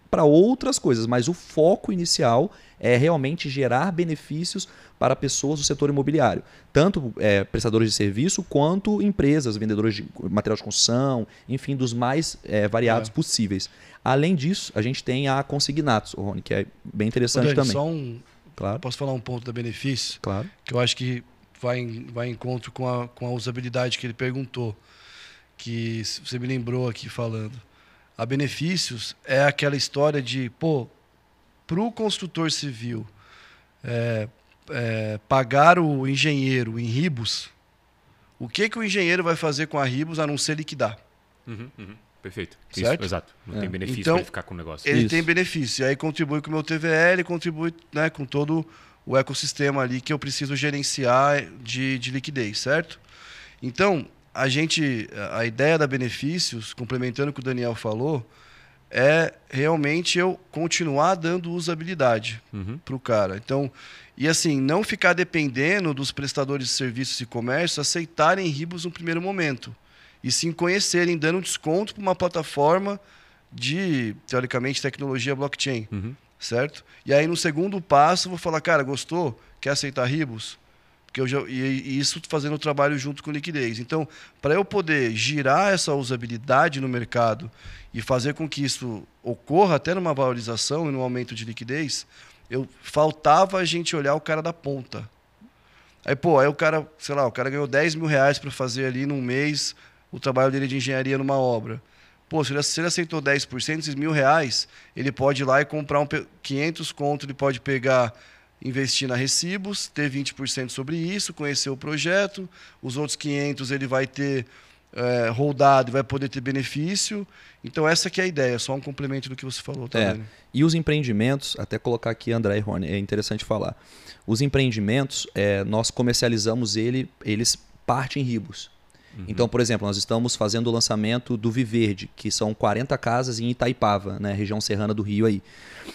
para outras coisas, mas o foco inicial é realmente gerar benefícios para pessoas do setor imobiliário, tanto prestadores de serviço quanto empresas, vendedores de material de construção, enfim, dos mais variados possíveis. Além disso, a gente tem a Consignatos, Rony, que é bem interessante Dani, também. Claro. Posso falar um ponto da benefício? Claro. Que eu acho que vai em encontro com a usabilidade que ele perguntou, que você me lembrou aqui falando. A benefícios é aquela história de, para o construtor civil pagar o engenheiro em ribos, o que o engenheiro vai fazer com a ribos a não ser liquidar? Perfeito. Certo? Isso, exato. Não tem benefício Então, para ele ficar com o negócio. Ele tem benefício. E aí contribui com o meu TVL, contribui, né, com todo o ecossistema ali que eu preciso gerenciar de liquidez, certo? Então, a ideia da benefícios, complementando o que o Daniel falou, é realmente eu continuar dando usabilidade para o cara. Então, e assim, não ficar dependendo dos prestadores de serviços e comércio aceitarem ribos no primeiro momento. E sim conhecerem, dando desconto para uma plataforma de, teoricamente, tecnologia blockchain. Certo? E aí, no segundo passo, eu vou falar, cara, gostou? Quer aceitar ribos? Porque e isso fazendo o trabalho junto com liquidez. Então, para eu poder girar essa usabilidade no mercado e fazer com que isso ocorra até numa valorização e num aumento de liquidez, faltava a gente olhar o cara da ponta. Aí o cara, sei lá, o cara ganhou R$10.000 para fazer ali num mês o trabalho dele de engenharia numa obra. Se ele aceitou 10%, esses R$1.000, ele pode ir lá e comprar 500 conto, ele pode pegar, investir na Recibos, ter 20% sobre isso, conhecer o projeto, os outros 500 ele vai ter rodado e vai poder ter benefício. Então essa que é a ideia, só um complemento do que você falou. Tá e os empreendimentos, até colocar aqui André e Rony, é interessante falar. Os empreendimentos, nós comercializamos eles parte em ribos. Então, por exemplo, nós estamos fazendo o lançamento do Viverde, que são 40 casas em Itaipava, né, região serrana do Rio aí.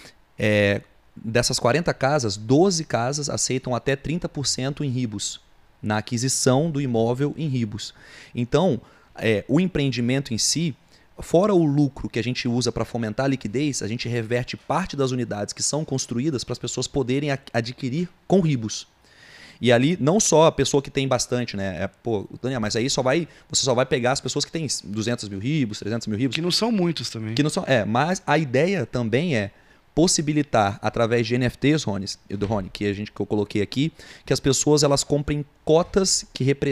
Dessas 40 casas, 12 casas aceitam até 30% em ribos, na aquisição do imóvel em ribos. Então, o empreendimento em si, fora o lucro que a gente usa para fomentar a liquidez, a gente reverte parte das unidades que são construídas para as pessoas poderem adquirir com ribos. E ali, não só a pessoa que tem bastante, né? Daniel, mas aí você só vai pegar as pessoas que têm 200 mil ribos, 300 mil ribos. Que não são muitos também. Que não são, mas a ideia também é possibilitar, através de NFTs, Rony, que eu coloquei aqui, que as pessoas elas comprem cotas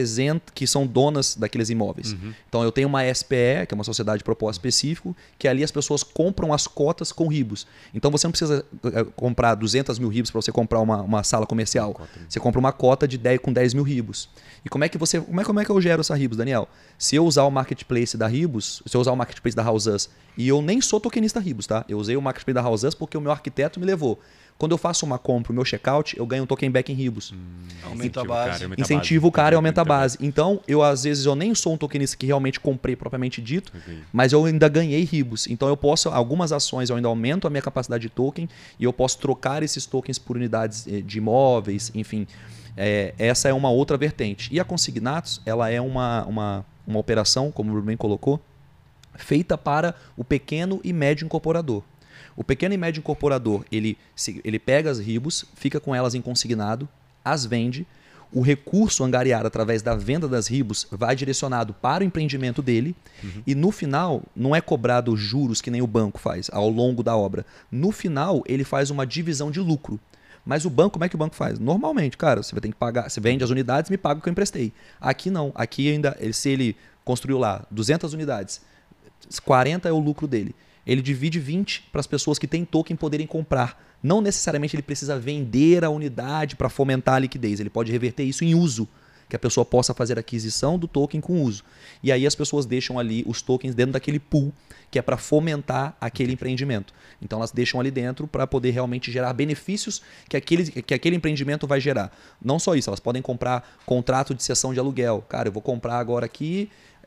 que são donas daqueles imóveis. Então eu tenho uma SPE, que é uma sociedade de propósito específico, que ali as pessoas compram as cotas com ribos. Então você não precisa comprar 200 mil ribos para você comprar uma sala comercial. Você compra uma cota com 10 mil ribos. E como é que eu gero essa ribos, Daniel? Se eu usar o marketplace da ribos, se eu usar o marketplace da Houseus, e eu nem sou tokenista ribos, tá? Eu usei o marketplace da Houseus porque o meu arquiteto me levou. Quando eu faço uma compra, o meu checkout, eu ganho um token back em ribos. Aumenta a base. Incentivo o cara e aumenta a base. Então, às vezes, eu nem sou um tokenista que realmente comprei propriamente dito, mas eu ainda ganhei ribos. Então, algumas ações eu ainda aumento a minha capacidade de token e eu posso trocar esses tokens por unidades de imóveis, enfim. Essa é uma outra vertente. E a Consignatos, ela é uma operação, como o bem colocou, feita para o pequeno e médio incorporador. O pequeno e médio incorporador, ele pega as ribos, fica com elas em consignado, as vende, o recurso angariado através da venda das ribos vai direcionado para o empreendimento dele e no final não é cobrado juros que nem o banco faz ao longo da obra. No final ele faz uma divisão de lucro. Mas o banco, como é que o banco faz? Normalmente, cara, você vai ter que pagar, você vende as unidades e me paga o que eu emprestei. Aqui não, aqui ainda, se ele construiu lá 200 unidades, 40 é o lucro dele. Ele divide 20 para as pessoas que têm token poderem comprar. Não necessariamente ele precisa vender a unidade para fomentar a liquidez. Ele pode reverter isso em uso, que a pessoa possa fazer a aquisição do token com uso. E aí as pessoas deixam ali os tokens dentro daquele pool, que é para fomentar aquele empreendimento. Então elas deixam ali dentro para poder realmente gerar benefícios que aquele empreendimento vai gerar. Não só isso, elas podem comprar contrato de cessão de aluguel. Cara, eu vou comprar agora aqui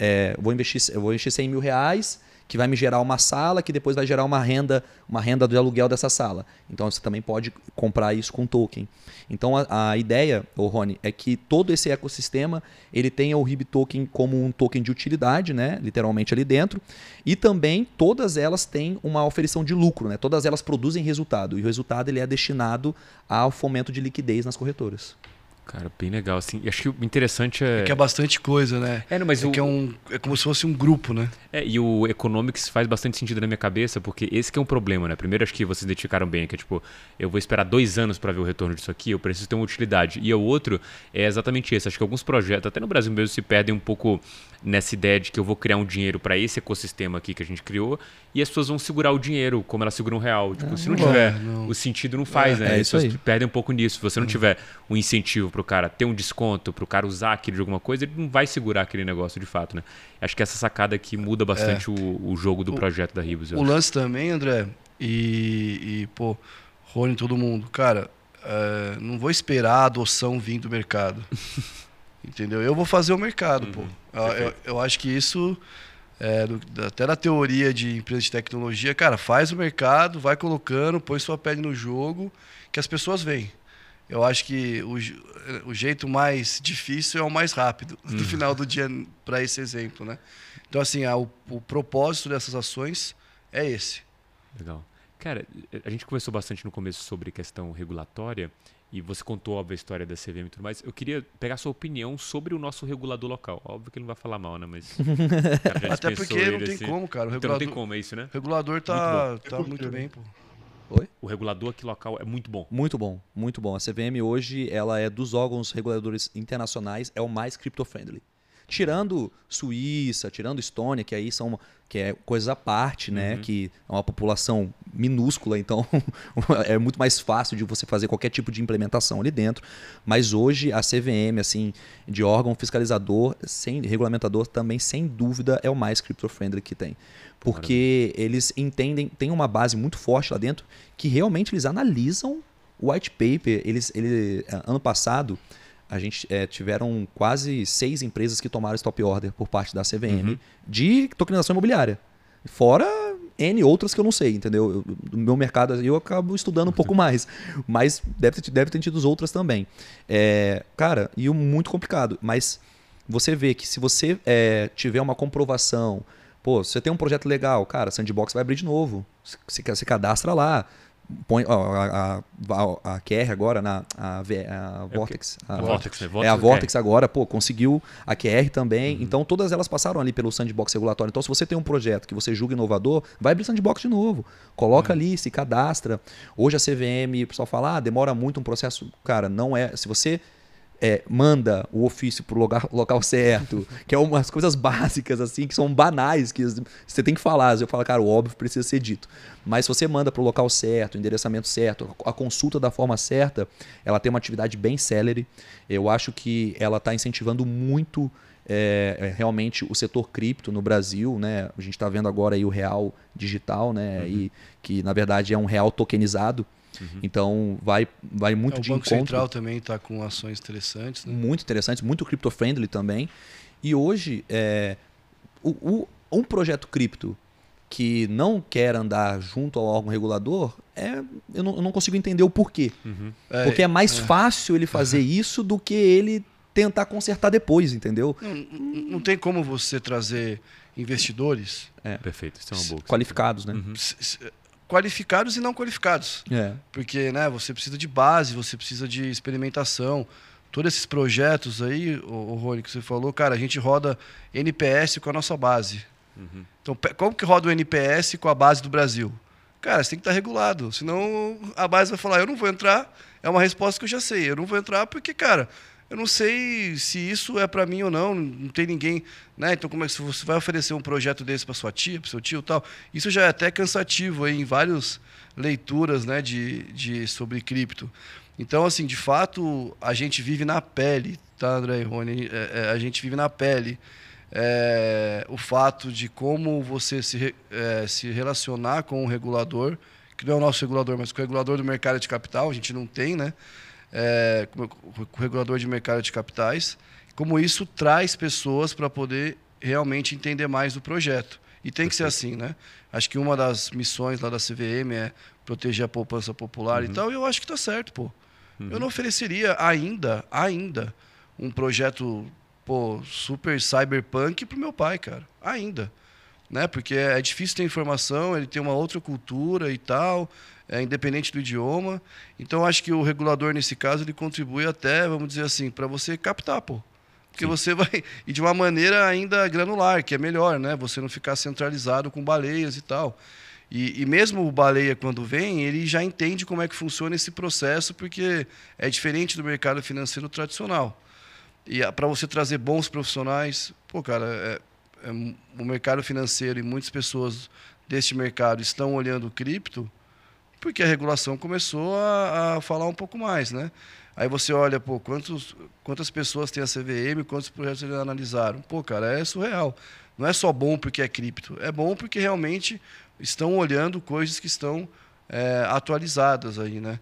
eu vou investir R$100.000, que vai me gerar uma sala, que depois vai gerar uma renda de aluguel dessa sala. Então você também pode comprar isso com token. Então a ideia, Rony, é que todo esse ecossistema ele tenha o RIB Token como um token de utilidade, né? Literalmente ali dentro. E também todas elas têm uma oferição de lucro, né? Todas elas produzem resultado. E o resultado ele é destinado ao fomento de liquidez nas corretoras. Cara, bem legal, assim. E acho que o interessante é... É que é bastante coisa, né? Não, mas que é como se fosse um grupo, né? E o Economics faz bastante sentido na minha cabeça, porque esse que é um problema, né? Primeiro, acho que vocês identificaram bem, que é tipo, eu vou esperar 2 anos para ver o retorno disso aqui, eu preciso ter uma utilidade. E o outro é exatamente esse. Acho que alguns projetos, até no Brasil mesmo, se perdem um pouco nessa ideia de que eu vou criar um dinheiro para esse ecossistema aqui que a gente criou, e as pessoas vão segurar o dinheiro como elas seguram o real. Tipo, se não tiver o sentido, não faz, né? Isso aí. Perdem um pouco nisso. Se você não tiver um incentivo para o cara ter um desconto, para o cara usar aquilo de alguma coisa, ele não vai segurar aquele negócio de fato, né? Acho que essa sacada aqui muda bastante o jogo do projeto da Ribus. O lance também, André, pô, Rony, todo mundo, cara, não vou esperar a adoção vir do mercado. Entendeu? Eu vou fazer o mercado, pô. Eu acho que isso, até na teoria de empresa de tecnologia, cara, faz o mercado, vai colocando, põe sua pele no jogo, que as pessoas vêm. Eu acho que o jeito mais difícil é o mais rápido, no final do dia, para esse exemplo, né? Então, assim, o propósito dessas ações é esse. Legal. Cara, a gente conversou bastante no começo sobre questão regulatória, e você contou, óbvio, a história da CVM e tudo mais. Eu queria pegar a sua opinião sobre o nosso regulador local. Óbvio que ele não vai falar mal, né? Mas até porque não tem como, cara. O regulador, então não tem como, é isso, né? O regulador tá muito bem, pô. Oi? O regulador aqui local é muito bom. Muito bom, muito bom. A CVM hoje, ela é dos órgãos reguladores internacionais, é o mais crypto-friendly. Tirando Suíça, tirando Estônia, que aí que é coisas à parte, né? Que é uma população minúscula, então é muito mais fácil de você fazer qualquer tipo de implementação ali dentro. Mas hoje a CVM, assim, de órgão fiscalizador, regulamentador, também sem dúvida é o mais crypto-friendly que tem. Porque eles entendem, tem uma base muito forte lá dentro, que realmente eles analisam o white paper. Ano passado, a gente tiveram quase 6 empresas que tomaram stop order por parte da CVM de tokenização imobiliária. Fora N outras que eu não sei, entendeu? No meu mercado eu acabo estudando um pouco mais, mas deve ter tido outras também. Cara, e muito complicado. Mas você vê que se você tiver uma comprovação, pô, você tem um projeto legal, cara, Sandbox vai abrir de novo. Você cadastra lá. Põe a QR agora, a Vortex. A Vortex agora, pô, conseguiu a QR também. Então, todas elas passaram ali pelo sandbox regulatório. Então, se você tem um projeto que você julga inovador, vai abrir sandbox de novo. Coloca ali, se cadastra. Hoje a CVM, o pessoal fala, demora muito um processo. Cara, não é. Se você manda o ofício para o local certo, que é umas coisas básicas assim, que são banais, que você tem que falar. Eu falo, cara, o óbvio precisa ser dito. Mas se você manda para o local certo, o endereçamento certo, a consulta da forma certa, ela tem uma atividade bem célere. Eu acho que ela está incentivando muito realmente o setor cripto no Brasil, né? A gente está vendo agora aí o real digital, né? E que na verdade é um real tokenizado. Então vai muito de encontro. O Banco Central também está com ações interessantes, né? Muito interessantes, muito crypto-friendly também. E hoje, um projeto cripto que não quer andar junto ao órgão regulador, eu não consigo entender o porquê. Porque é mais fácil ele fazer isso do que ele tentar consertar depois, entendeu? Não tem como você trazer investidores... Perfeito, isso é uma boa. Qualificados, né? Qualificados e não qualificados. Porque você precisa de base, você precisa de experimentação. Todos esses projetos aí, o Rony, que você falou, cara, a gente roda NPS com a nossa base. Então, como que roda o NPS com a base do Brasil? Cara, você tem que estar regulado, senão a base vai falar, eu não vou entrar, é uma resposta que eu já sei, eu não vou entrar porque, cara, eu não sei se isso é para mim ou não, não tem ninguém, né? Então, como é que você vai oferecer um projeto desse para sua tia, para seu tio e tal? Isso já é até cansativo aí em várias leituras, né, sobre cripto. Então, assim, de fato, a gente vive na pele, tá, André e Rony? A gente vive na pele o fato de como você se relacionar com o regulador, que não é o nosso regulador, mas com o regulador do mercado de capital, a gente não tem, né? Com o regulador de mercado de capitais, como isso traz pessoas para poder realmente entender mais do projeto. E tem que ser assim, né? Acho que uma das missões lá da CVM é proteger a poupança popular e tal, e eu acho que tá certo, pô. Eu não ofereceria ainda um projeto, pô, super cyberpunk pro meu pai, cara. Ainda. Né? Porque é difícil ter informação, ele tem uma outra cultura e tal, independente do idioma. Então, acho que o regulador, nesse caso, ele contribui até, vamos dizer assim, para você captar, pô. Porque você vai... E de uma maneira ainda granular, que é melhor, né? Você não ficar centralizado com baleias e tal. E mesmo o baleia, quando vem, ele já entende como é que funciona esse processo, porque é diferente do mercado financeiro tradicional. E para você trazer bons profissionais... Pô, cara, o mercado financeiro e muitas pessoas deste mercado estão olhando cripto porque a regulação começou a falar um pouco mais, né? Aí você olha, pô, quantas pessoas tem a CVM, quantos projetos eles analisaram. Pô, cara, é surreal. Não é só bom porque é cripto, é bom porque realmente estão olhando coisas que estão atualizadas aí, né?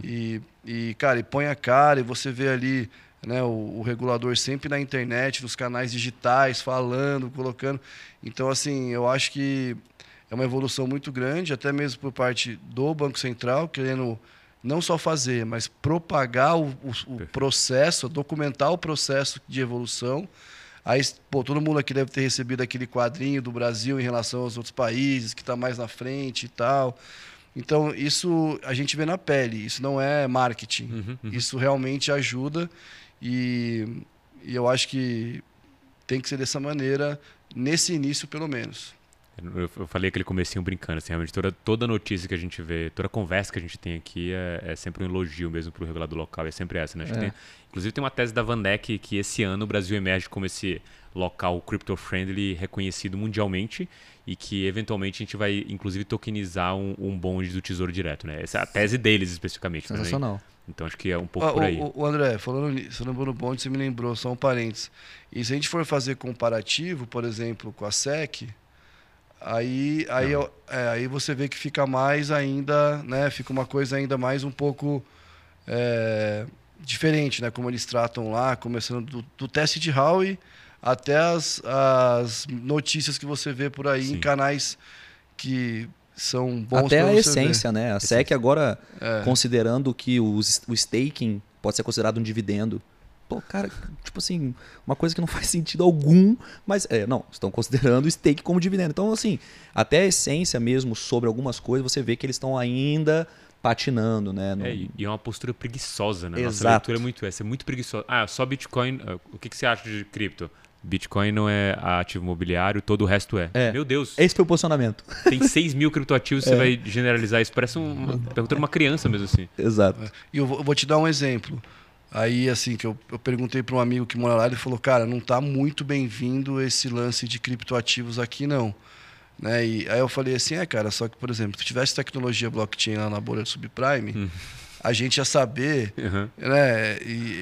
Cara, e põe a cara e você vê ali, né, o regulador sempre na internet, nos canais digitais, falando, colocando. Então, assim, eu acho que é uma evolução muito grande, até mesmo por parte do Banco Central, querendo não só fazer, mas propagar o processo, documentar o processo de evolução. Aí, pô, todo mundo aqui deve ter recebido aquele quadrinho do Brasil em relação aos outros países, que está mais na frente e tal. Então, isso a gente vê na pele, isso não é marketing. Isso realmente ajuda e eu acho que tem que ser dessa maneira, nesse início, pelo menos. Eu falei aquele comecinho brincando, assim, realmente toda notícia que a gente vê, toda conversa que a gente tem aqui é sempre um elogio mesmo para o regulador local, é sempre essa, né? Acho que inclusive tem uma tese da VanEck que esse ano o Brasil emerge como esse local crypto-friendly reconhecido mundialmente e que eventualmente a gente vai inclusive tokenizar um bonde do Tesouro Direto, né? Essa é a tese deles especificamente. Sensacional. Né? Então acho que é um pouco por aí. O André, falando no bonde, você me lembrou, só um parênteses. E se a gente for fazer comparativo, por exemplo, com a SEC... Aí você vê que fica mais ainda, né? Fica uma coisa ainda mais um pouco diferente, né? Como eles tratam lá, começando do teste de Howey até as notícias que você vê por aí em canais que são bons. Até a essência, né? A SEC agora considerando que o staking pode ser considerado um dividendo. Pô, cara, tipo assim, uma coisa que não faz sentido algum, mas não, estão considerando o stake como dividendo. Então, assim, até a essência mesmo sobre algumas coisas, você vê que eles estão ainda patinando, né? E é uma postura preguiçosa, né? Exato. Nossa leitura é muito essa, é muito preguiçosa. Só Bitcoin, o que você acha de cripto? Bitcoin não é ativo imobiliário, todo o resto é. Meu Deus. Esse foi o posicionamento. Tem 6 mil criptoativos, você vai generalizar isso. Parece perguntando uma criança mesmo assim. Exato. E eu vou te dar um exemplo. Aí, assim, que eu perguntei para um amigo que mora lá, ele falou, cara, não está muito bem-vindo esse lance de criptoativos aqui, não. Né? E aí eu falei assim, cara, só que, por exemplo, se tivesse tecnologia blockchain lá na bolha do subprime, a gente ia saber, né?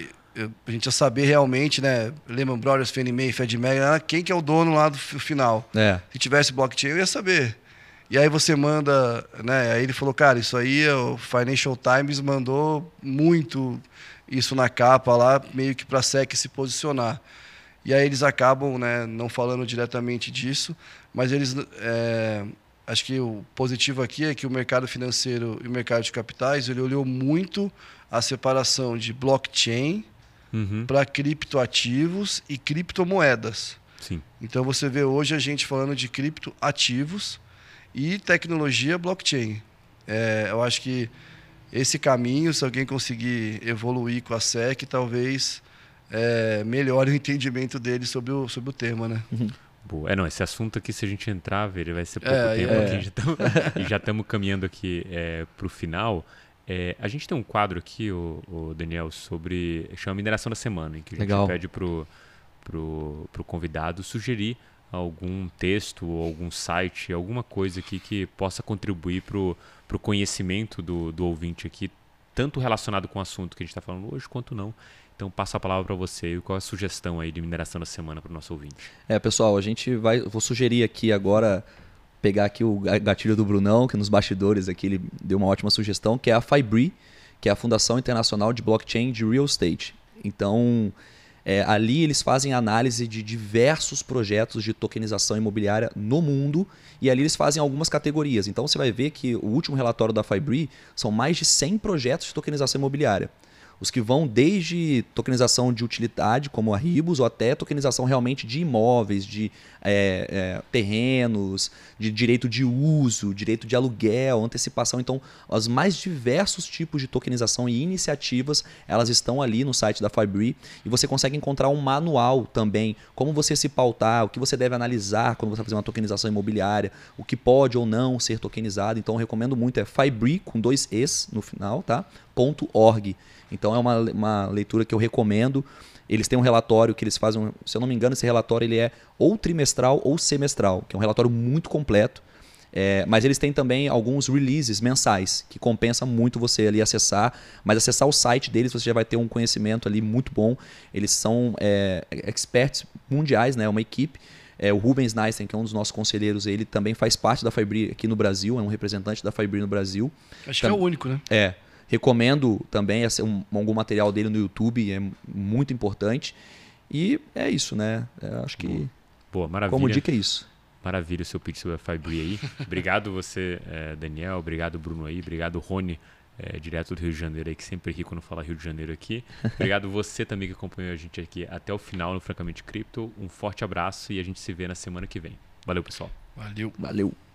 A gente ia saber realmente, né? Lehman Brothers, Fannie Mae, Fed Mae, quem que é o dono lá do final. Se tivesse blockchain, eu ia saber. E aí você manda, né? Aí ele falou, cara, isso aí o Financial Times mandou muito isso na capa lá, meio que para a SEC se posicionar. E aí eles acabam, né, não falando diretamente disso, mas eles... acho que o positivo aqui é que o mercado financeiro e o mercado de capitais, ele olhou muito a separação de blockchain para criptoativos e criptomoedas. Sim. Então você vê hoje a gente falando de criptoativos e tecnologia blockchain. Eu acho que esse caminho, se alguém conseguir evoluir com a SEC, talvez melhore o entendimento dele sobre o tema, né? Boa. Não, esse assunto aqui, se a gente entrar, ele vai ser pouco tempo aqui. E já estamos caminhando aqui para o final. A gente tem um quadro aqui, o Daniel, chama Mineração da Semana, em que a gente pede pro convidado sugerir algum texto, algum site, alguma coisa aqui que possa contribuir para o conhecimento do ouvinte aqui, tanto relacionado com o assunto que a gente está falando hoje, quanto não. Então, passo a palavra para você. E qual é a sugestão aí de mineração da semana para o nosso ouvinte? Pessoal, vou sugerir aqui agora, pegar aqui o gatilho do Brunão, que nos bastidores aqui ele deu uma ótima sugestão, que é a FIBRE, que é a Fundação Internacional de Blockchain de Real Estate. Então, Ali eles fazem análise de diversos projetos de tokenização imobiliária no mundo e ali eles fazem algumas categorias. Então você vai ver que o último relatório da Fibree são mais de 100 projetos de tokenização imobiliária. Os que vão desde tokenização de utilidade, como a Ribus, ou até tokenização realmente de imóveis, de terrenos, de direito de uso, direito de aluguel, antecipação. Então, os mais diversos tipos de tokenização e iniciativas, elas estão ali no site da Fibree e você consegue encontrar um manual também, como você se pautar, o que você deve analisar quando você vai fazer uma tokenização imobiliária, o que pode ou não ser tokenizado. Então, eu recomendo muito, é Fibree, com 2 Es no final, tá? .org. Então é uma leitura que eu recomendo. Eles têm um relatório que eles fazem, se eu não me engano, esse relatório ele é ou trimestral ou semestral, que é um relatório muito completo. Mas eles têm também alguns releases mensais, que compensa muito você ali acessar. Mas acessar o site deles, você já vai ter um conhecimento ali muito bom. Eles são experts mundiais, né? Uma equipe. O Rubens Neisten, que é um dos nossos conselheiros, ele também faz parte da Fibree aqui no Brasil, é um representante da Fibree no Brasil. Acho que é o único, né? Recomendo também algum material dele no YouTube, é muito importante. E é isso, né? Acho que Boa, maravilha. Como dica é isso. Maravilha o seu pitch sobre a Fibree aí. Obrigado você, Daniel. Obrigado, Bruno aí. Obrigado, Rony, direto do Rio de Janeiro aí, que sempre ri quando fala Rio de Janeiro aqui. Obrigado você também que acompanhou a gente aqui até o final no Francamente Cripto. Um forte abraço e a gente se vê na semana que vem. Valeu, pessoal. Valeu. Valeu.